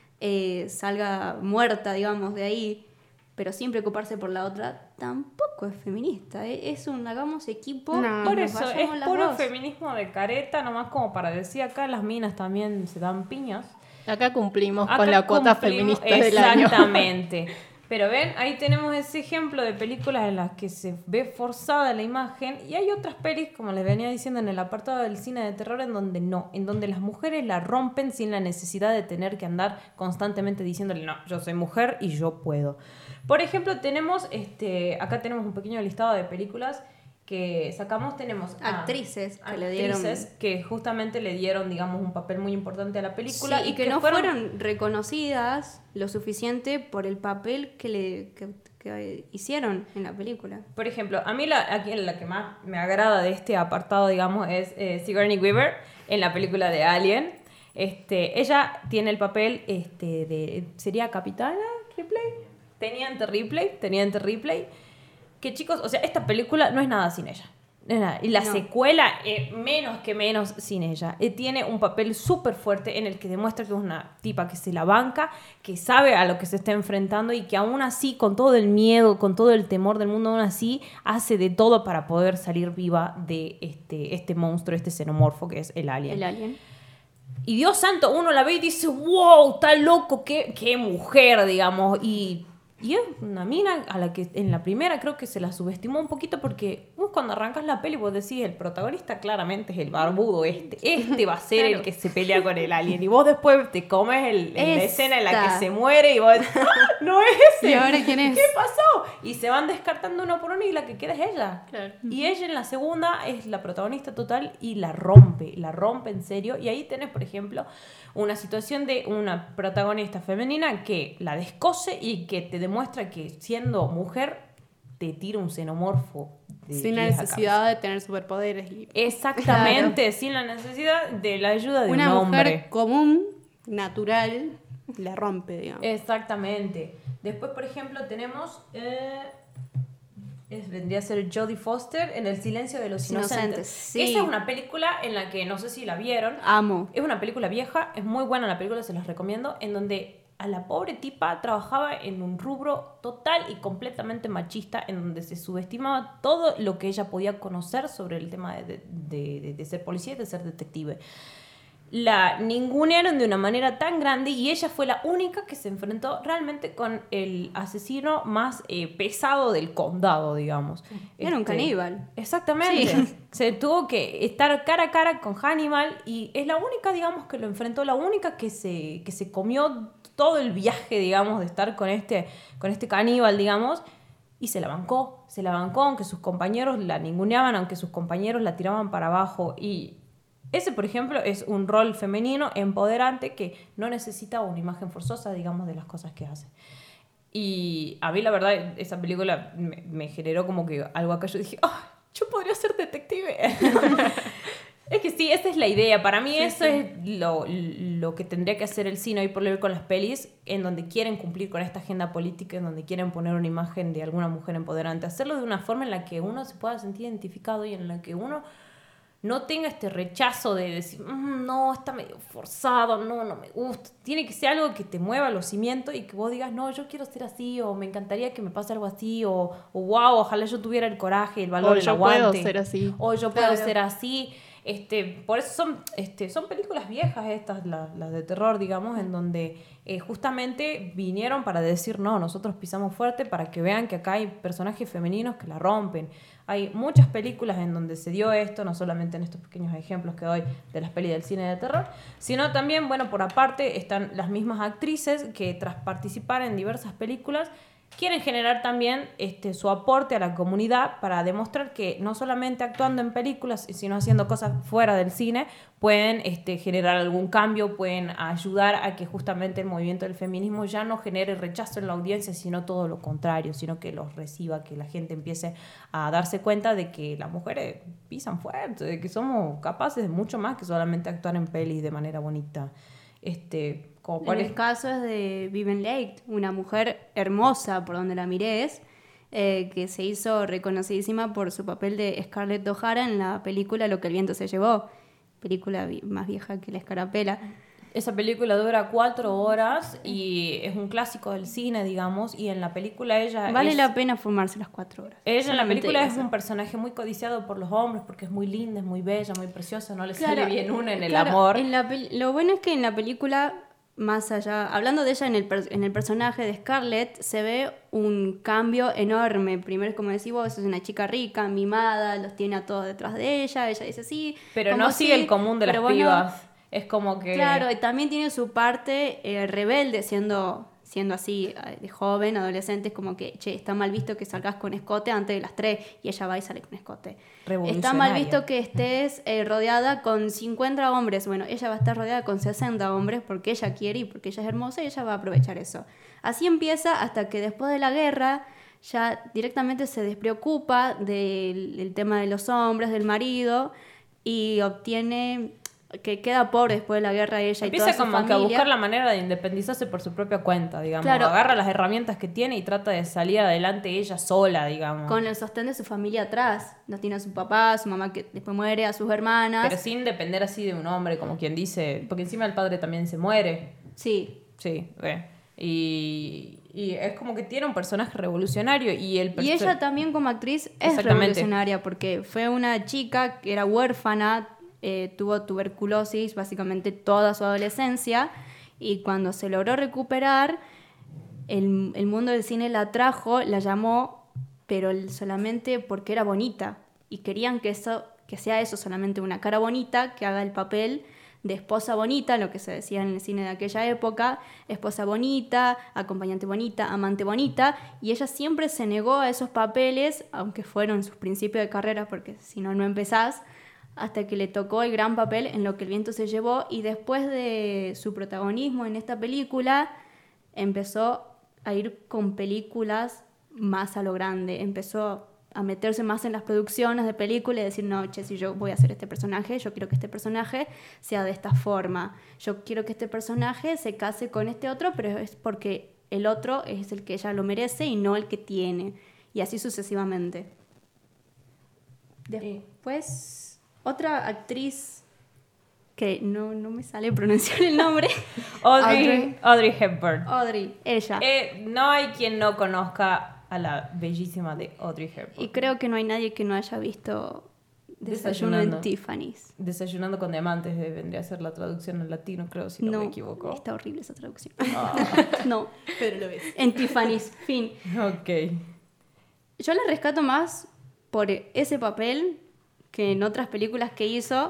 muerta, digamos, de ahí, pero sin preocuparse por la otra, tampoco es feminista. Es un hagamos equipo. No. y Por nos eso, vayamos es las puro dos. feminismo de careta, nomás como para decir acá las minas también se dan piñas. Acá cumplimos Acá con la cuota cumplimos- feminista del año. Exactamente. Pero ven, ahí tenemos ese ejemplo de películas en las que se ve forzada la imagen y hay otras pelis, como les venía diciendo en el apartado del cine de terror, en donde no, en donde las mujeres la rompen sin la necesidad de tener que andar constantemente diciéndole, no, yo soy mujer y yo puedo. Por ejemplo, tenemos, acá tenemos un pequeño listado de películas que sacamos, tenemos a Actrices que le dieron- actrices que justamente le dieron, digamos, un papel muy importante a la película Sí, y que no fueron reconocidas lo suficiente por el papel que que hicieron en la película. Por ejemplo, a mí aquí la que más me agrada de este apartado, digamos, es Sigourney Weaver en la película de Alien. Ella tiene el papel ¿sería Capitana Ripley? Teniente Ripley. Que chicos, o sea, esta película no es nada sin ella. Y la secuela, menos sin ella. Tiene un papel súper fuerte en el que demuestra que es una tipa que se la banca, que sabe a lo que se está enfrentando y que aún así, con todo el miedo, con todo el temor del mundo, aún así hace de todo para poder salir viva de este monstruo, este xenomorfo que es el alien. Y Dios santo, uno la ve y dice, wow, está loco, qué mujer, digamos. Y es una mina a la que en la primera creo que se la subestimó un poquito porque vos cuando arrancas la peli vos decís, el protagonista claramente es el barbudo este va a ser el que se pelea con el alien. Y vos después te comes la escena en la que se muere y vos decís, ¡ah, no es ese! ¿Y ahora quién es? ¿Qué pasó? Y se van descartando uno por uno y la que queda es ella. Claro. Y ella en la segunda es la protagonista total y la rompe en serio. Y ahí tenés, por ejemplo, una situación de una protagonista femenina que la descose y que te demuestra que siendo mujer te tira un xenomorfo sin la necesidad de tener superpoderes. Exactamente, claro. Sin la necesidad de la ayuda de una un hombre. Una mujer común, natural, la rompe, digamos. Exactamente. Después, por ejemplo, tenemos... vendría a ser Jodie Foster en El silencio de los inocentes. Sí. Esa es una película en la que, no sé si la vieron. Amo. Es una película vieja, es muy buena la película, se las recomiendo, en donde a la pobre tipa trabajaba en un rubro total y completamente machista, en donde se subestimaba todo lo que ella podía conocer sobre el tema de ser policía y de ser detective. La ningunearon de una manera tan grande y ella fue la única que se enfrentó realmente con el asesino más pesado del condado, digamos. Era un caníbal. Exactamente. Sí. Se tuvo que estar cara a cara con Hannibal y es la única, digamos, que lo enfrentó, la única que se comió todo el viaje, digamos, de estar con este caníbal, digamos, y se la bancó, aunque sus compañeros la ninguneaban, aunque sus compañeros la tiraban para abajo. Y ese, por ejemplo, es un rol femenino empoderante que no necesita una imagen forzosa, digamos, de las cosas que hace. Y a mí, la verdad, esa película me generó como que algo acá. Yo dije, yo podría ser detective. Es que sí, esa es la idea. Para mí eso es lo que tendría que hacer el cine hoy por hoy con las pelis, en donde quieren cumplir con esta agenda política, en donde quieren poner una imagen de alguna mujer empoderante. Hacerlo de una forma en la que uno se pueda sentir identificado y en la que uno no tenga este rechazo de decir, no, está medio forzado, no me gusta. Tiene que ser algo que te mueva los cimientos y que vos digas, no, yo quiero ser así, o me encantaría que me pase algo así, o wow, ojalá yo tuviera el coraje, el valor, el aguante. O yo puedo ser así. O yo puedo ser así. Por eso son películas viejas estas, las de terror, digamos, en donde justamente vinieron para decir, no, nosotros pisamos fuerte para que vean que acá hay personajes femeninos que la rompen. Hay muchas películas en donde se dio esto, no solamente en estos pequeños ejemplos que doy de las pelis del cine de terror, sino también, bueno, por aparte están las mismas actrices que tras participar en diversas películas quieren generar también su aporte a la comunidad para demostrar que no solamente actuando en películas, sino haciendo cosas fuera del cine, pueden generar algún cambio, pueden ayudar a que justamente el movimiento del feminismo ya no genere rechazo en la audiencia, sino todo lo contrario, sino que los reciba, que la gente empiece a darse cuenta de que las mujeres pisan fuerte, de que somos capaces de mucho más que solamente actuar en pelis de manera bonita. En el caso es de Vivien Leigh, una mujer hermosa por donde la mires, que se hizo reconocidísima por su papel de Scarlett O'Hara en la película Lo que el viento se llevó, película más vieja que La Escarapela. Esa película dura 4 horas y es un clásico del cine, digamos, y en la película ella vale la pena fumarse las 4 horas. Ella en la película es un personaje muy codiciado por los hombres porque es muy linda, es muy bella, muy preciosa, no le sale bien una en el amor. Lo bueno es que en la película, más allá, hablando de ella en el personaje de Scarlett, se ve un cambio enorme. Primero, como decís vos, es una chica rica, mimada, los tiene a todos detrás de ella dice sí. Pero no sigue el común de las pibas. No. Es como que... Claro, y también tiene su parte rebelde, siendo así, de joven, adolescente, es como que, está mal visto que salgas con escote antes de las 3, y ella va y sale con escote. Está mal visto que estés rodeada con 50 hombres. Bueno, ella va a estar rodeada con 60 hombres porque ella quiere y porque ella es hermosa y ella va a aprovechar eso. Así empieza hasta que después de la guerra ya directamente se despreocupa del tema de los hombres, del marido, y obtiene que queda pobre después de la guerra ella y Empieza toda su como que familia. a buscar la manera de independizarse por su propia cuenta, digamos. Claro. Agarra las herramientas que tiene y trata de salir adelante ella sola, digamos. Con el sostén de su familia atrás. No tiene a su papá, a su mamá que después muere, a sus hermanas. Pero sin depender así de un hombre, como quien dice, porque encima el padre también se muere. Sí. Sí, y es como que tiene un personaje revolucionario y Y ella también como actriz es Exactamente. revolucionaria porque fue una chica que era huérfana, tuvo tuberculosis básicamente toda su adolescencia y cuando se logró recuperar, el mundo del cine la atrajo, la llamó, pero solamente porque era bonita y querían que sea eso, solamente una cara bonita que haga el papel de esposa bonita, lo que se decía en el cine de aquella época, esposa bonita, acompañante bonita, amante bonita, y ella siempre se negó a esos papeles, aunque fueron sus principios de carrera, porque si no, no empezás, hasta que le tocó el gran papel en Lo que el viento se llevó, y después de su protagonismo en esta película, empezó a ir con películas más a lo grande, empezó a meterse más en las producciones de películas y decir, no, che, si yo voy a hacer este personaje, yo quiero que este personaje sea de esta forma, yo quiero que este personaje se case con este otro, pero es porque el otro es el que ella lo merece y no el que tiene, y así sucesivamente. Después, otra actriz que no me sale pronunciar el nombre, Audrey Hepburn. Audrey, ella. No hay quien no conozca a la bellísima de Audrey Hepburn. Y creo que no hay nadie que no haya visto Desayuno en Tiffany's. Desayunando con diamantes vendría a ser la traducción en latino, creo, si no me equivoco. Está horrible esa traducción. Ah. No, Pero lo ves. en Tiffany's, fin. Ok. Yo la rescato más por ese papel que en otras películas que hizo,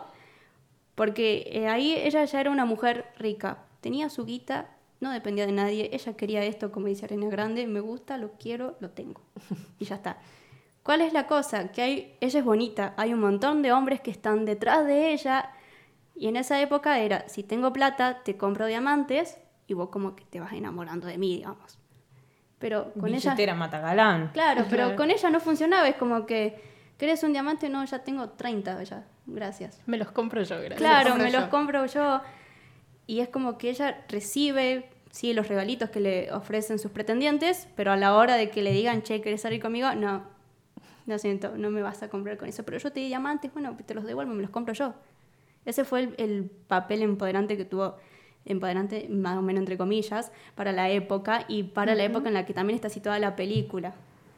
porque ahí ella ya era una mujer rica, tenía su guita, no dependía de nadie, ella quería esto, como dice Ariana Grande, me gusta, lo quiero, lo tengo. Y ya está. ¿Cuál es la cosa? Que ella es bonita, hay un montón de hombres que están detrás de ella, y en esa época era, si tengo plata, te compro diamantes, y vos como que te vas enamorando de mí, digamos. Pero con Billetera ella... matagalán. Claro, pero Claro. con ella no funcionaba, es como que, ¿querés un diamante? No, ya tengo 30, ya, gracias. Me los compro yo, gracias. Claro, me los compro yo. Y es como que ella recibe, sí, los regalitos que le ofrecen sus pretendientes, pero a la hora de que le digan, che, ¿querés salir conmigo? No, lo siento, no me vas a comprar con eso. Pero yo te di diamantes, bueno, te los devuelvo, me los compro yo. Ese fue el papel empoderante que tuvo, empoderante más o menos entre comillas, para la época y para la época en la que también está situada la película.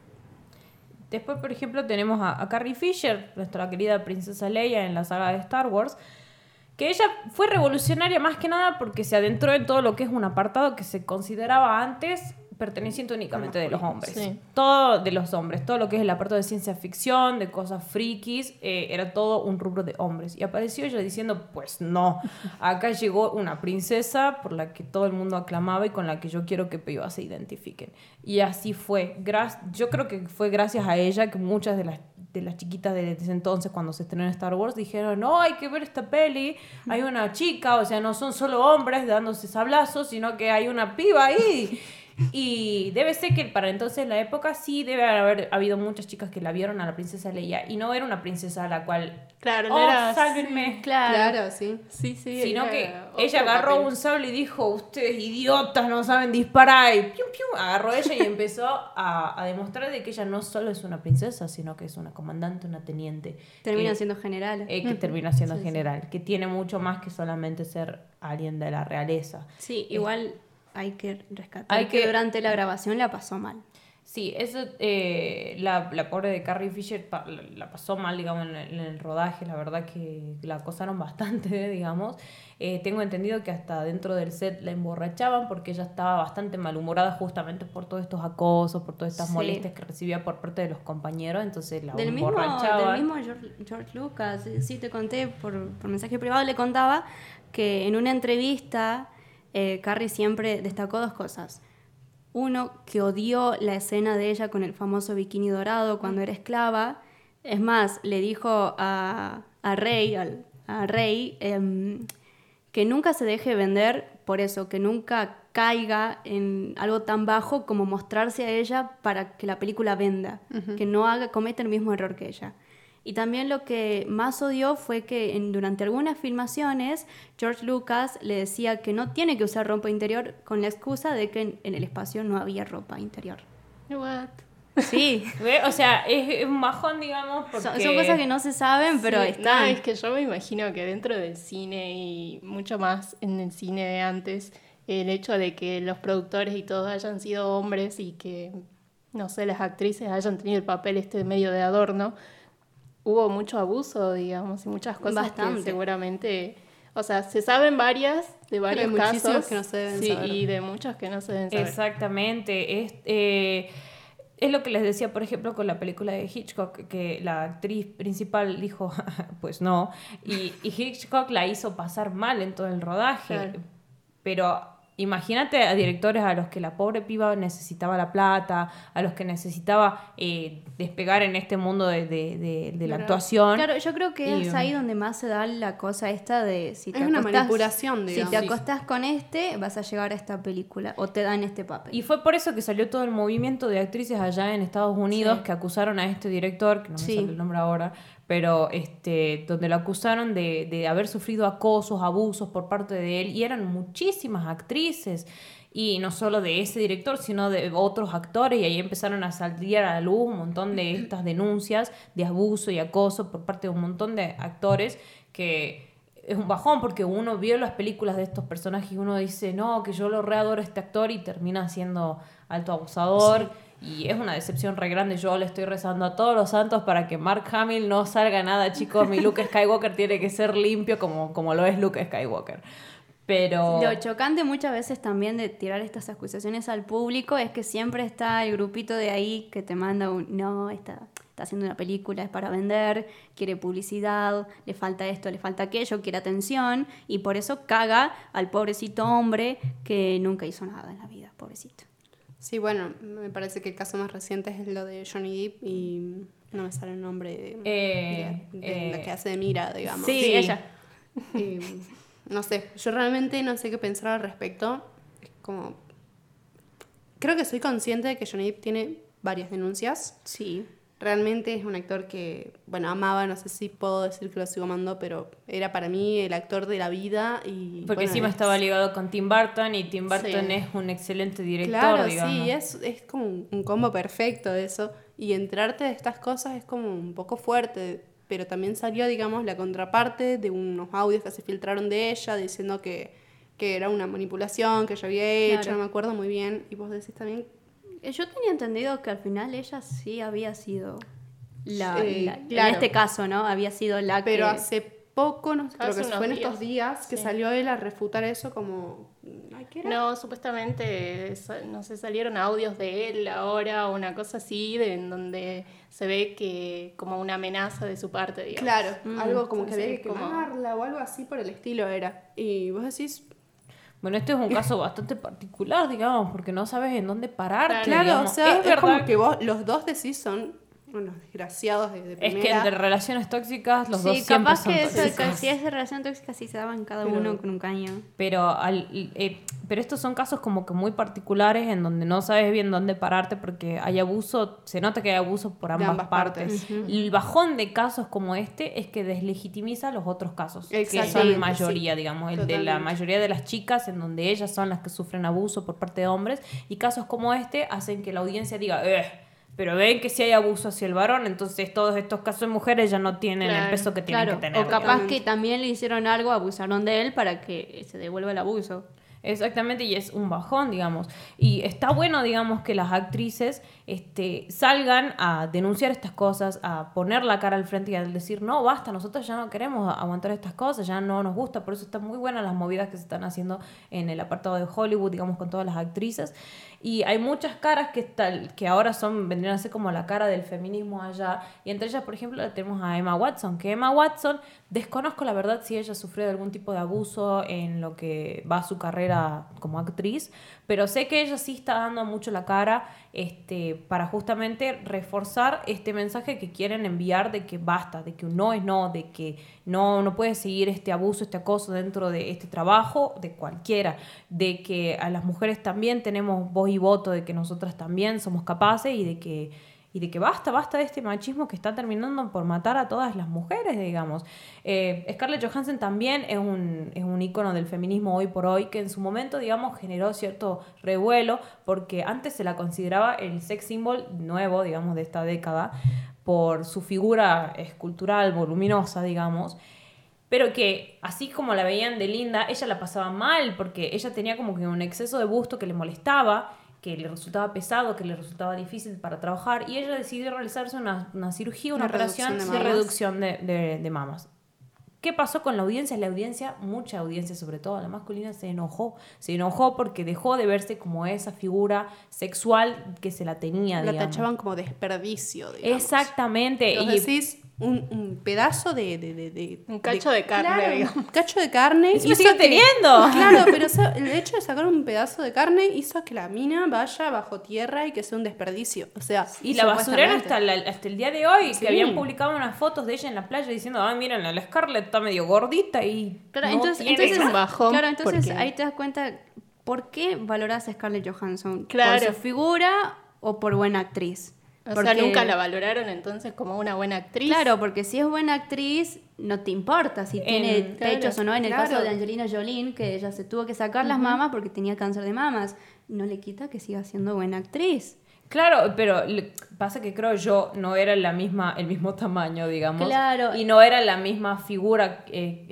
Después, por ejemplo, tenemos a Carrie Fisher, nuestra querida princesa Leia en la saga de Star Wars, que ella fue revolucionaria más que nada porque se adentró en todo lo que es un apartado que se consideraba antes perteneciente únicamente de los hombres. Sí. Todo de los hombres, todo lo que es el apartado de ciencia ficción, de cosas frikis, era todo un rubro de hombres. Y apareció ella diciendo, pues no, acá llegó una princesa por la que todo el mundo aclamaba y con la que yo quiero que pibas se identifiquen. Y así fue. Yo creo que fue gracias a ella que muchas de las chiquitas de ese entonces, cuando se estrenó en Star Wars, dijeron, no, hay que ver esta peli, hay una chica, o sea, no son solo hombres dándose sablazos, sino que hay una piba ahí. Y debe ser que para entonces la época sí debe haber habido muchas chicas que la vieron a la princesa Leia y no era una princesa a la cual Claro, no oh, era... sálvenme, Claro, sí. Sí, sí. sino era que otro ella agarró papel. un sable y dijo, ustedes idiotas no saben disparar, y pium, pium, agarró ella y empezó a demostrar de que ella no solo es una princesa, sino que es una comandante, una teniente. Terminan que- siendo generales. que termina siendo general, que tiene mucho más que solamente ser alguien de la realeza. Sí, igual hay que rescatar Hay que que- durante la grabación la pasó mal. Sí, eso, la pobre de Carrie Fisher la pasó mal, digamos, en el rodaje, la verdad que la acosaron bastante, digamos. Tengo entendido que hasta dentro del set la emborrachaban porque ella estaba bastante malhumorada justamente por todos estos acosos, por todas estas Sí. molestias que recibía por parte de los compañeros, entonces la Del mismo emborrachaban. George Lucas, sí te conté, por mensaje privado le contaba que en una entrevista Carrie siempre destacó dos cosas. Uno, que odió la escena de ella con el famoso bikini dorado cuando era esclava. Es más, le dijo a Rey que que nunca se deje vender por eso, que nunca caiga en algo tan bajo como mostrarse a ella para que la película venda, que no cometa el mismo error que ella. Y también lo que más odió fue que durante algunas filmaciones George Lucas le decía que no tiene que usar ropa interior con la excusa de que en el espacio no había ropa interior. What? Sí. O sea, es un bajón, digamos, porque... Son cosas que no se saben, pero Sí, están. no, es que yo me imagino que dentro del cine y mucho más en el cine de antes, el hecho de que los productores y todos hayan sido hombres y que, no sé, las actrices hayan tenido el papel medio de adorno, hubo mucho abuso, digamos, y muchas cosas Bastante. que seguramente... O sea, se saben de varios Pero hay casos. muchísimos que no se deben sí, saber. y de muchos que no se deben saber. Exactamente. Es lo que les decía, por ejemplo, con la película de Hitchcock, que la actriz principal dijo, pues no, y Hitchcock la hizo pasar mal en todo el rodaje. Claro. Pero imagínate a directores a los que la pobre piba necesitaba la plata, a los que necesitaba despegar en este mundo de la actuación. Claro, yo creo que Y, es ahí donde más se da la cosa esta de si te Es una acostás- manipulación, Si digamos. te acostás con vas a llegar a esta película o te dan este papel. Y fue por eso que salió todo el movimiento de actrices allá en Estados Unidos Sí. que acusaron a este director, que no me Sí. sale el nombre ahora, pero donde lo acusaron de haber sufrido acosos, abusos por parte de él, y eran muchísimas actrices, y no solo de ese director, sino de otros actores, y ahí empezaron a salir a la luz un montón de estas denuncias de abuso y acoso por parte de un montón de actores que... Es un bajón porque uno vio las películas de estos personajes y uno dice, no, que yo lo readoro a este actor y termina siendo alto abusador. Y es una decepción re grande. Yo le estoy rezando a todos los santos para que Mark Hamill no salga nada, chicos. Mi Luke Skywalker tiene que ser limpio como lo es Luke Skywalker. Pero... Lo chocante muchas veces también de tirar estas acusaciones al público es que siempre está el grupito de ahí que te manda no, está haciendo una película, es para vender, quiere publicidad, le falta esto, le falta aquello, quiere atención, y por eso caga al pobrecito hombre que nunca hizo nada en la vida, pobrecito. Sí, bueno, me parece que el caso más reciente es lo de Johnny Depp y no me sale el nombre de la que hace de Mira, digamos. Sí. ella. Y, no sé, yo realmente no sé qué pensar al respecto. Es como... Creo que soy consciente de que Johnny Depp tiene varias denuncias. Sí. Realmente es un actor que, bueno, amaba, no sé si puedo decir que lo sigo amando, pero era para mí el actor de la vida. Y Porque bueno, encima estaba ligado con Tim Burton y Tim Burton Sí. es un excelente director, Claro, digamos. sí, es como un combo perfecto eso. Y enterarte de estas cosas es como un poco fuerte, pero también salió, digamos, la contraparte de unos audios que se filtraron de ella diciendo que era una manipulación que ella había hecho, Claro. no me acuerdo muy bien. Y vos decís también... Yo tenía entendido que al final ella sí había sido claro. en este caso, ¿no? Había sido la Pero que... hace poco, no sé, creo Hace que unos fue en días. estos días, que Sí. salió él a refutar eso como... Ay, ¿qué era? No, supuestamente, no sé, salieron audios de él ahora o una cosa así, en donde se ve que como una amenaza de su parte, digamos. Claro, algo como que entonces, había que como- quemarla o algo así por el estilo era. Y vos decís... Bueno, este es un caso bastante particular, digamos, porque no sabes en dónde pararte. Claro, digamos. o sea, es, verdad como que vos, los dos decís son unos desgraciados de Es primera. que entre relaciones tóxicas los dos Sí, siempre capaz son que, eso, tóxicos. que si es de relación tóxica sí se daban cada Pero- uno con un caño. Pero, pero estos son casos como que muy particulares en donde no sabes bien dónde pararte porque hay abuso, se nota que hay abuso por De ambas, ambas partes. partes. Y el bajón de casos como este es que deslegitimiza los otros casos, que Exactamente, son mayoría, sí. digamos, el de la Totalmente. mayoría de las chicas en donde ellas son las que sufren abuso por parte de hombres, y casos como este hacen que la audiencia diga, pero ven que si hay abuso hacia el varón, entonces todos estos casos de mujeres ya no tienen el Claro, peso que tienen Claro, que tener. o capaz Totalmente. que también le hicieron algo, abusaron de él para que se devuelva el abuso. Exactamente, y es un bajón, digamos. Y está bueno, digamos, que las actrices salgan a denunciar estas cosas, a poner la cara al frente y a decir, no, basta, nosotros ya no queremos aguantar estas cosas, ya no nos gusta. Por eso están muy buenas las movidas que se están haciendo en el apartado de Hollywood, digamos, con todas las actrices. Y hay muchas caras que ahora vendrían a ser como la cara del feminismo allá. Y entre ellas, por ejemplo, la tenemos a Emma Watson, que Emma Watson, desconozco la verdad si ella sufrió de algún tipo de abuso en lo que va a su carrera carrera como actriz, pero sé que ella sí está dando mucho la cara para justamente reforzar este mensaje que quieren enviar de que basta, de que un no es no, de que no puede seguir este abuso, este acoso dentro de este trabajo, de cualquiera, de que a las mujeres también tenemos voz y voto, de que nosotras también somos capaces y de que basta de este machismo que está terminando por matar a todas las mujeres, digamos. Scarlett Johansson también es un ícono del feminismo hoy por hoy, que en su momento, digamos, generó cierto revuelo, porque antes se la consideraba el sex symbol nuevo, digamos, de esta década, por su figura escultural, voluminosa, digamos, pero que así como la veían de linda, ella la pasaba mal, porque ella tenía como que un exceso de busto que le molestaba, que le resultaba pesado, que le resultaba difícil para trabajar, y ella decidió realizarse una cirugía, una operación de reducción de mamas. ¿Qué pasó con la audiencia? La audiencia, mucha audiencia, sobre todo la masculina, se enojó porque dejó de verse como esa figura sexual que se la tenía, La digamos. tachaban como desperdicio, digamos. Exactamente. Entonces decís, un pedazo de Un cacho de carne, claro, digamos. un cacho de carne. Y sigue teniendo. Claro, pero el hecho de sacar un pedazo de carne hizo que la mina vaya bajo tierra y que sea un desperdicio. O sea, Y la basurera hasta el día de hoy, Sí. que habían publicado unas fotos de ella en la playa diciendo, miren, la Scarlett está medio gordita y Claro, no entonces, tiene es un bajón. claro, entonces porque- ahí te das cuenta por qué valorás a Scarlett Johansson. Claro. ¿Por su figura o por buena actriz? O Porque- sea, nunca la valoraron entonces como una buena actriz. Claro, porque si es buena actriz, no te importa si tiene pechos o no. En el claro. caso de Angelina Jolie, que ella se tuvo que sacar las mamas porque tenía cáncer de mamas, no le quita que siga siendo buena actriz. Claro, pero pasa que creo yo no era el mismo tamaño, digamos. Claro. Y no era la misma figura.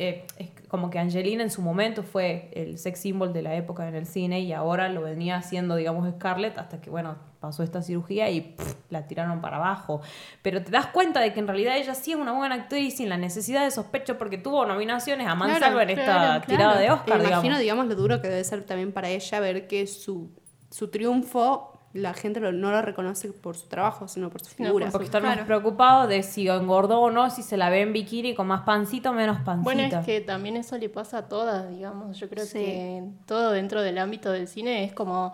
Como que Angelina en su momento fue el sex symbol de la época en el cine y ahora lo venía haciendo, digamos, Scarlett hasta que, bueno, pasó esta cirugía y la tiraron para abajo. Pero te das cuenta de que en realidad ella sí es una buena actriz sin la necesidad de sospecho porque tuvo nominaciones a mansalva en esta claro, tirada de Oscar, Me imagino, digamos. digamos, lo duro que debe ser también para ella ver que su triunfo, la gente no lo reconoce por su trabajo, sino por su Sino figura. por Porque están Claro. más preocupados de si engordó o no, si se la ve en bikini con más pancita o menos pancita. Bueno, es que también eso le pasa a todas, digamos. Yo creo Sí. que todo dentro del ámbito del cine es como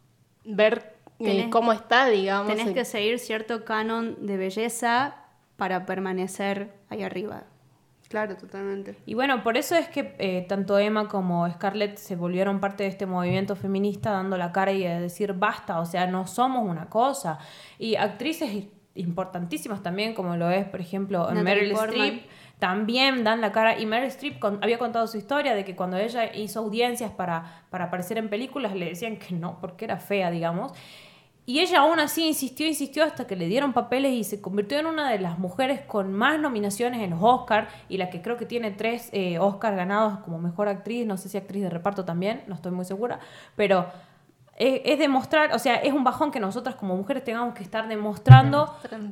ver Tenés- cómo está, digamos. Tenés que seguir cierto canon de belleza para permanecer ahí arriba. Claro, totalmente. Y bueno, por eso es que tanto Emma como Scarlett se volvieron parte de este movimiento feminista dando la cara y a decir basta, o sea, no somos una cosa. Y actrices importantísimas también, como lo es, por ejemplo, Natalie Meryl Portman. Streep, también dan la cara. Y Meryl Streep había contado su historia de que cuando ella hizo audiencias para aparecer en películas le decían que no, porque era fea, digamos. Y ella aún así insistió hasta que le dieron papeles y se convirtió en una de las mujeres con más nominaciones en los Oscars y la que creo que tiene 3 Oscars ganados como mejor actriz, no sé si actriz de reparto también, no estoy muy segura, pero es demostrar, o sea, es un bajón que nosotras como mujeres tengamos que estar demostrando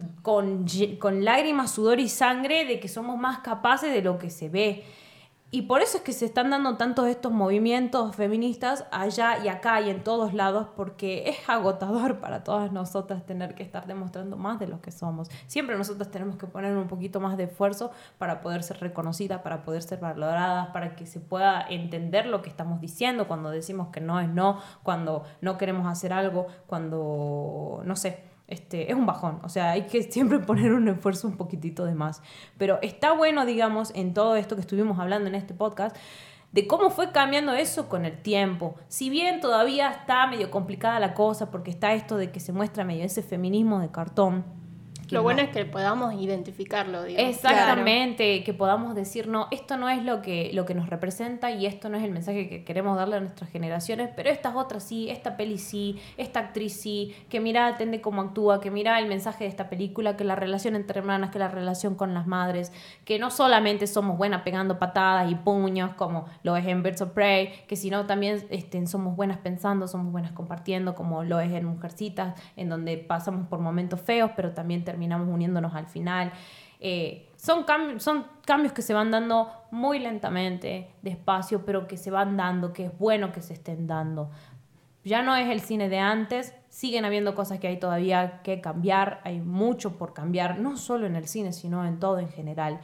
con lágrimas, sudor y sangre de que somos más capaces de lo que se ve. Y por eso es que se están dando tantos estos movimientos feministas allá y acá y en todos lados, porque es agotador para todas nosotras tener que estar demostrando más de lo que somos. Siempre nosotras tenemos que poner un poquito más de esfuerzo para poder ser reconocidas, para poder ser valoradas, para que se pueda entender lo que estamos diciendo cuando decimos que no es no, cuando no queremos hacer algo, cuando, no sé. Es un bajón, o sea, hay que siempre poner un esfuerzo un poquitito de más. Pero está bueno, digamos, en todo esto que estuvimos hablando en este podcast, de cómo fue cambiando eso con el tiempo. Si bien todavía está medio complicada la cosa, porque está esto de que se muestra medio ese feminismo de cartón. Lo bueno es que podamos identificarlo, digamos. Exactamente, que podamos decir, no, esto no es lo que nos representa y esto no es el mensaje que queremos darle a nuestras generaciones, pero estas otras sí, esta peli sí, esta actriz sí, que mira, atende cómo actúa, que mira el mensaje de esta película, que la relación entre hermanas, que la relación con las madres, que no solamente somos buenas pegando patadas y puños, como lo es en Birds of Prey, que sino también somos buenas pensando, somos buenas compartiendo, como lo es en Mujercitas, en donde pasamos por momentos feos, pero también terminamos uniéndonos al final. Son cambios que se van dando muy lentamente, despacio, pero que se van dando, que es bueno que se estén dando. Ya no es el cine de antes, siguen habiendo cosas que hay todavía que cambiar, hay mucho por cambiar, no solo en el cine, sino en todo en general.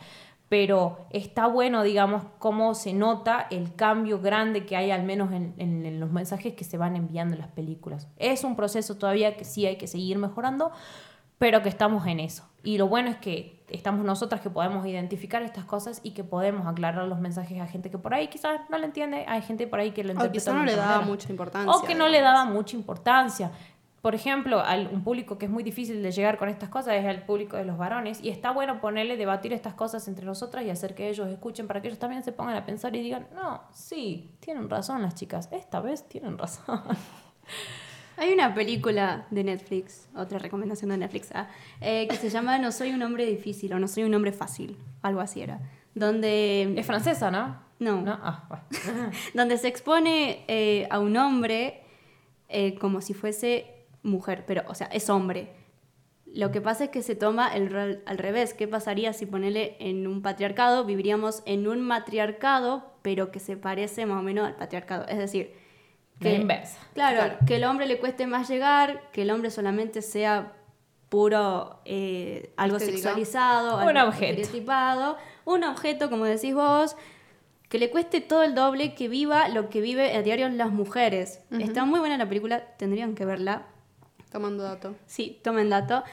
pero está bueno, digamos, cómo se nota el cambio grande que hay, al menos en los mensajes que se van enviando en las películas. Es un proceso todavía que sí hay que seguir mejorando, pero que estamos en eso. Y lo bueno es que estamos nosotras que podemos identificar estas cosas y que podemos aclarar los mensajes a gente que por ahí quizás no lo entiende, hay gente por ahí que lo O interpreta quizá no de le otra daba manera. mucha importancia. O que no le daba mucha importancia. Por ejemplo, a un público que es muy difícil de llegar con estas cosas es el público de los varones, y está bueno ponerle, debatir estas cosas entre nosotras y hacer que ellos escuchen para que ellos también se pongan a pensar y digan, no, sí, tienen razón las chicas, esta vez tienen razón. Hay una película de Netflix, otra recomendación de Netflix, que se llama No soy un hombre difícil o No soy un hombre fácil, algo así era. Donde... Es francesa, ¿no? No. ¿No? Ah, bueno. Donde se expone a un hombre como si fuese mujer, pero, o sea, es hombre. Lo que pasa es que se toma el rol al revés. ¿Qué pasaría si ponele en un patriarcado? Viviríamos en un matriarcado, pero que se parece más o menos al patriarcado. Es decir, La inversa. Claro, que el hombre le cueste más llegar, que el hombre solamente sea puro algo Estética. sexualizado, Un algo objeto. estereotipado, un objeto, como decís vos, que le cueste todo el doble, que viva lo que vive a diario las mujeres. Está muy buena la película, tendrían que verla. Tomando dato. Sí, tomen dato.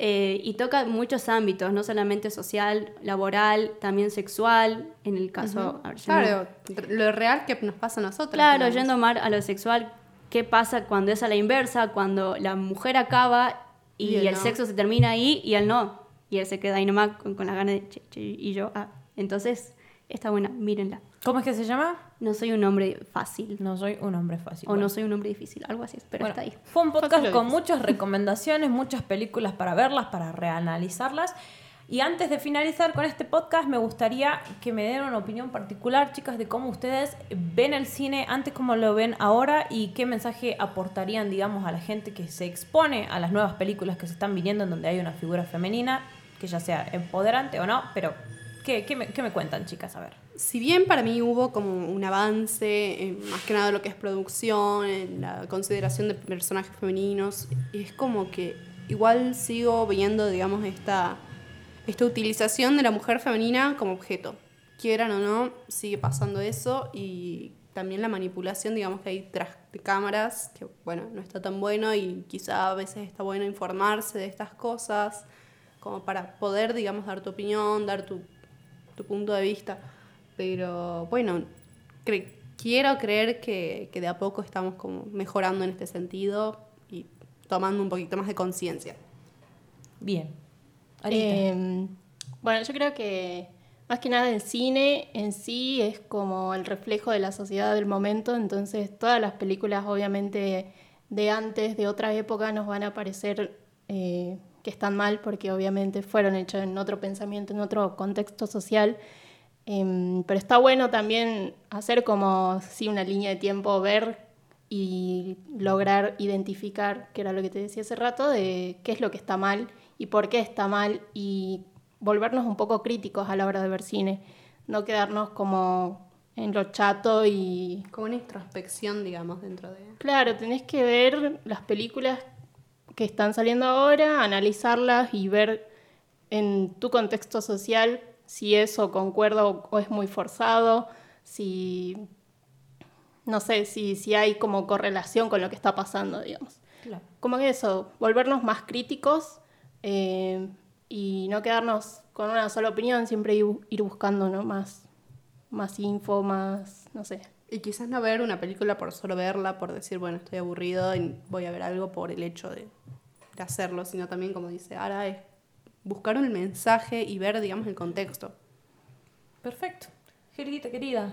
Y toca muchos ámbitos, no solamente social, laboral, también sexual, en el caso... a ver, Claro, lo real que nos pasa a nosotros. Claro, digamos. yendo más a lo sexual, ¿qué pasa cuando es a la inversa? Cuando la mujer acaba y Y él el no. sexo se termina ahí y él no. Y él se queda ahí nomás con las ganas de che, y yo, Entonces, está buena, mírenla. ¿Cómo es que se llama? No soy un hombre fácil. No soy un hombre fácil. O Bueno. no soy un hombre difícil, algo así, pero Bueno, está ahí. fue un podcast Fácil lo con dices. muchas recomendaciones, muchas películas para verlas, para reanalizarlas. Y antes de finalizar con este podcast, me gustaría que me den una opinión particular, chicas, de cómo ustedes ven el cine antes, cómo lo ven ahora y qué mensaje aportarían, digamos, a la gente que se expone a las nuevas películas que se están viniendo en donde hay una figura femenina, que ya sea empoderante o no, pero ¿qué me cuentan, chicas? A ver. Si bien para mí hubo como un avance, más que nada lo que es producción, en la consideración de personajes femeninos, es como que igual sigo viendo, digamos, esta utilización de la mujer femenina como objeto. Quieran o no, sigue pasando eso, y también la manipulación, digamos, que hay tras de cámaras, que bueno, no está tan bueno, y quizá a veces está bueno informarse de estas cosas, como para poder, digamos, dar tu opinión, dar tu punto de vista. Pero bueno, quiero creer que de a poco estamos como mejorando en este sentido y tomando un poquito más de conciencia. Bien. Arita. Bueno, yo creo que más que nada el cine en sí es como el reflejo de la sociedad del momento, entonces todas las películas obviamente de antes, de otra época, nos van a parecer que están mal porque obviamente fueron hechas en otro pensamiento, en otro contexto social. Pero está bueno también hacer como sí, una línea de tiempo, ver y lograr identificar, que era lo que te decía hace rato, de qué es lo que está mal y por qué está mal, y volvernos un poco críticos a la hora de ver cine, no quedarnos como en lo chato y... Como una introspección, digamos, dentro de... Claro, tenés que ver las películas que están saliendo ahora, analizarlas y ver en tu contexto social si eso concuerda o es muy forzado, si... no sé, si hay como correlación con lo que está pasando, digamos. Claro. Como que eso, volvernos más críticos y no quedarnos con una sola opinión, siempre ir buscando, ¿no? más info, más, no sé. Y quizás no ver una película por solo verla, por decir, bueno, estoy aburrido y voy a ver algo por el hecho de hacerlo, sino también, como dice Ara, es buscar un mensaje y ver, digamos, el contexto. Perfecto. Helguita, querida.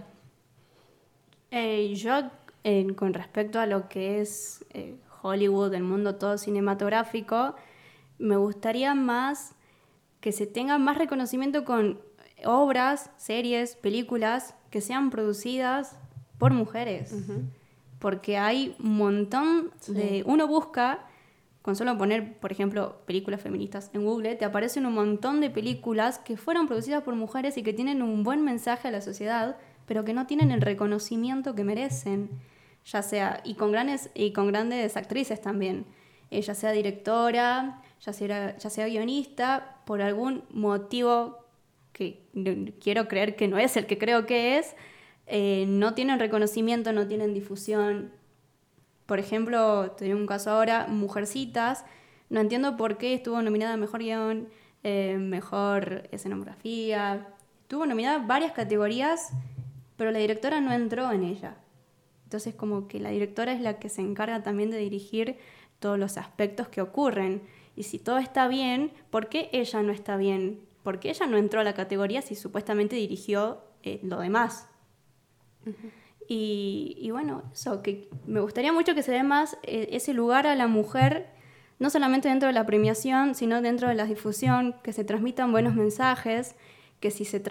Yo, con respecto a lo que es Hollywood, el mundo todo cinematográfico, me gustaría más que se tenga más reconocimiento con obras, series, películas que sean producidas por mujeres. Porque hay un montón de... Uno busca, con solo poner, por ejemplo, películas feministas en Google, te aparecen un montón de películas que fueron producidas por mujeres y que tienen un buen mensaje a la sociedad, pero que no tienen el reconocimiento que merecen, ya sea, y con grandes actrices también, ya sea directora, ya sea guionista, por algún motivo que quiero creer que no es el que creo que es, no tienen reconocimiento, no tienen difusión. Por ejemplo, tengo un caso ahora, Mujercitas, no entiendo por qué estuvo nominada a Mejor Guión, Mejor Escenografía, estuvo nominada a varias categorías, pero la directora no entró en ella. Entonces como que la directora es la que se encarga también de dirigir todos los aspectos que ocurren. Y si todo está bien, ¿por qué ella no está bien? ¿Por qué ella no entró a la categoría si supuestamente dirigió lo demás? Uh-huh. Y bueno, eso, que me gustaría mucho que se dé más ese lugar a la mujer, no solamente dentro de la premiación, sino dentro de la difusión, que se transmitan buenos mensajes, que si se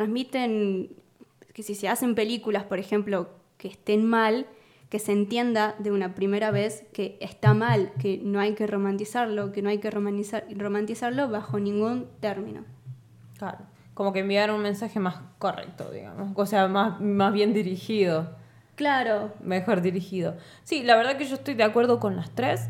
hacen películas, por ejemplo, que estén mal, que se entienda de una primera vez que está mal, que no hay que romantizarlo, que no hay que romantizarlo bajo ningún término. Claro, como que enviar un mensaje más correcto, digamos, o sea, más bien dirigido. Claro. Mejor dirigido. Sí, la verdad que yo estoy de acuerdo con las tres.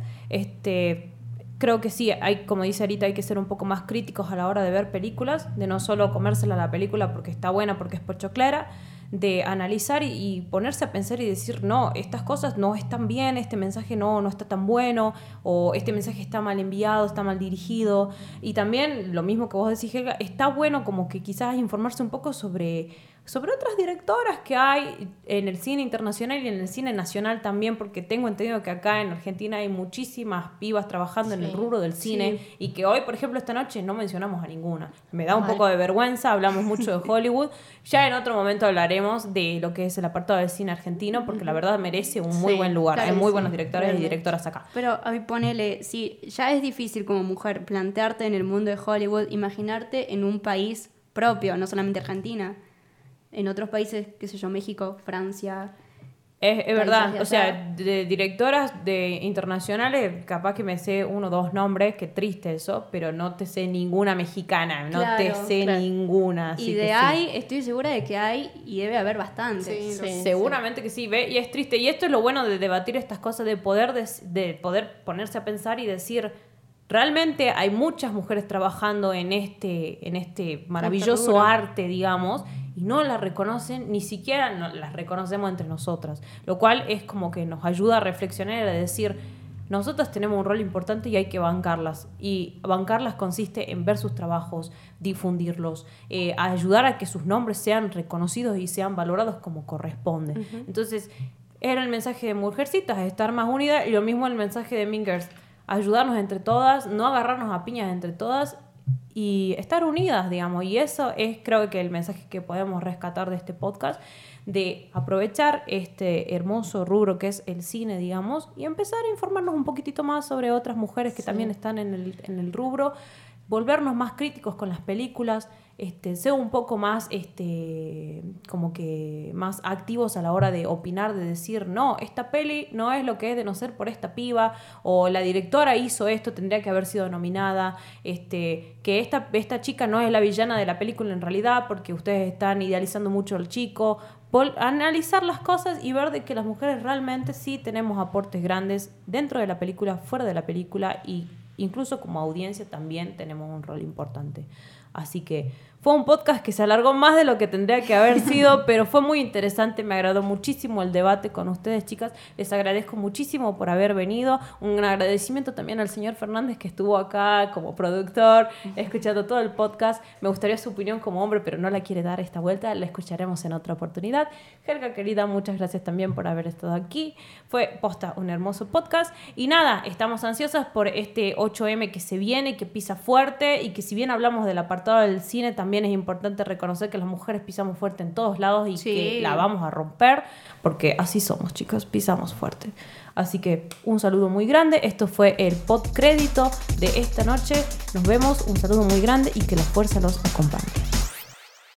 Creo que sí, como dice Arita, hay que ser un poco más críticos a la hora de ver películas, de no solo comérsela la película porque está buena, porque es pochoclera, de analizar y ponerse a pensar y decir, no, estas cosas no están bien, este mensaje no está tan bueno, o este mensaje está mal enviado, está mal dirigido. Y también, lo mismo que vos decís, Helga, está bueno como que quizás informarse un poco sobre otras directoras que hay en el cine internacional y en el cine nacional también, porque tengo entendido que acá en Argentina hay muchísimas pibas trabajando en el rubro del cine, y que hoy, por ejemplo, esta noche no mencionamos a ninguna. Me da un poco de vergüenza, hablamos mucho de Hollywood. Ya en otro momento hablaremos de lo que es el apartado del cine argentino, porque la verdad merece un muy buen lugar. Claro, hay muy buenos directores y directoras acá. Pero a mí ponele, si ya es difícil como mujer plantearte en el mundo de Hollywood, imaginarte en un país propio, no solamente Argentina. En otros países, qué sé yo, México, Francia. Es verdad, o sea, de directoras internacionales, capaz que me sé 1 o 2 nombres, qué triste eso, pero no te sé ninguna mexicana, no te sé ninguna. Y de ahí, estoy segura de que hay y debe haber bastantes. Seguramente que sí, ve, y es triste. Y esto es lo bueno de debatir estas cosas, de poder ponerse a pensar y decir, realmente hay muchas mujeres trabajando en este maravilloso arte, digamos, y no las reconocen, ni siquiera las reconocemos entre nosotras, lo cual es como que nos ayuda a reflexionar y a decir, nosotras tenemos un rol importante y hay que bancarlas, y bancarlas consiste en ver sus trabajos, difundirlos, ayudar a que sus nombres sean reconocidos y sean valorados como corresponde. Uh-huh. Entonces, era el mensaje de Mujercitas, estar más unidas, y lo mismo el mensaje de Mean Girls, ayudarnos entre todas, no agarrarnos a piñas entre todas y estar unidas, digamos. Y eso es, creo que, el mensaje que podemos rescatar de este podcast, de aprovechar este hermoso rubro que es el cine, digamos, y empezar a informarnos un poquitito más sobre otras mujeres que también están en el rubro, volvernos más críticos con las películas, ser un poco más como que más activos a la hora de opinar, de decir, no, esta peli no es lo que es de no ser por esta piba, o la directora hizo esto, tendría que haber sido nominada, que esta chica no es la villana de la película en realidad, porque ustedes están idealizando mucho al chico. Analizar las cosas y ver de que las mujeres realmente sí tenemos aportes grandes dentro de la película, fuera de la película, y incluso como audiencia también tenemos un rol importante. Así que fue un podcast que se alargó más de lo que tendría que haber sido, pero fue muy interesante, me agradó muchísimo el debate con ustedes, chicas. Les agradezco muchísimo por haber venido. Un agradecimiento también al señor Fernández, que estuvo acá como productor, escuchando todo el podcast. Me gustaría su opinión como hombre, pero no la quiere dar esta vuelta, la escucharemos en otra oportunidad. Helga, querida, muchas gracias también por haber estado aquí. Fue posta un hermoso podcast. Y nada, estamos ansiosas por este 8M que se viene, que pisa fuerte, y que si bien hablamos del apartado del cine, también es importante reconocer que las mujeres pisamos fuerte en todos lados y que la vamos a romper, porque así somos, chicos, pisamos fuerte. Así que un saludo muy grande. Esto fue el podcrédito de esta noche. Nos vemos, un saludo muy grande y que la fuerza los acompañe.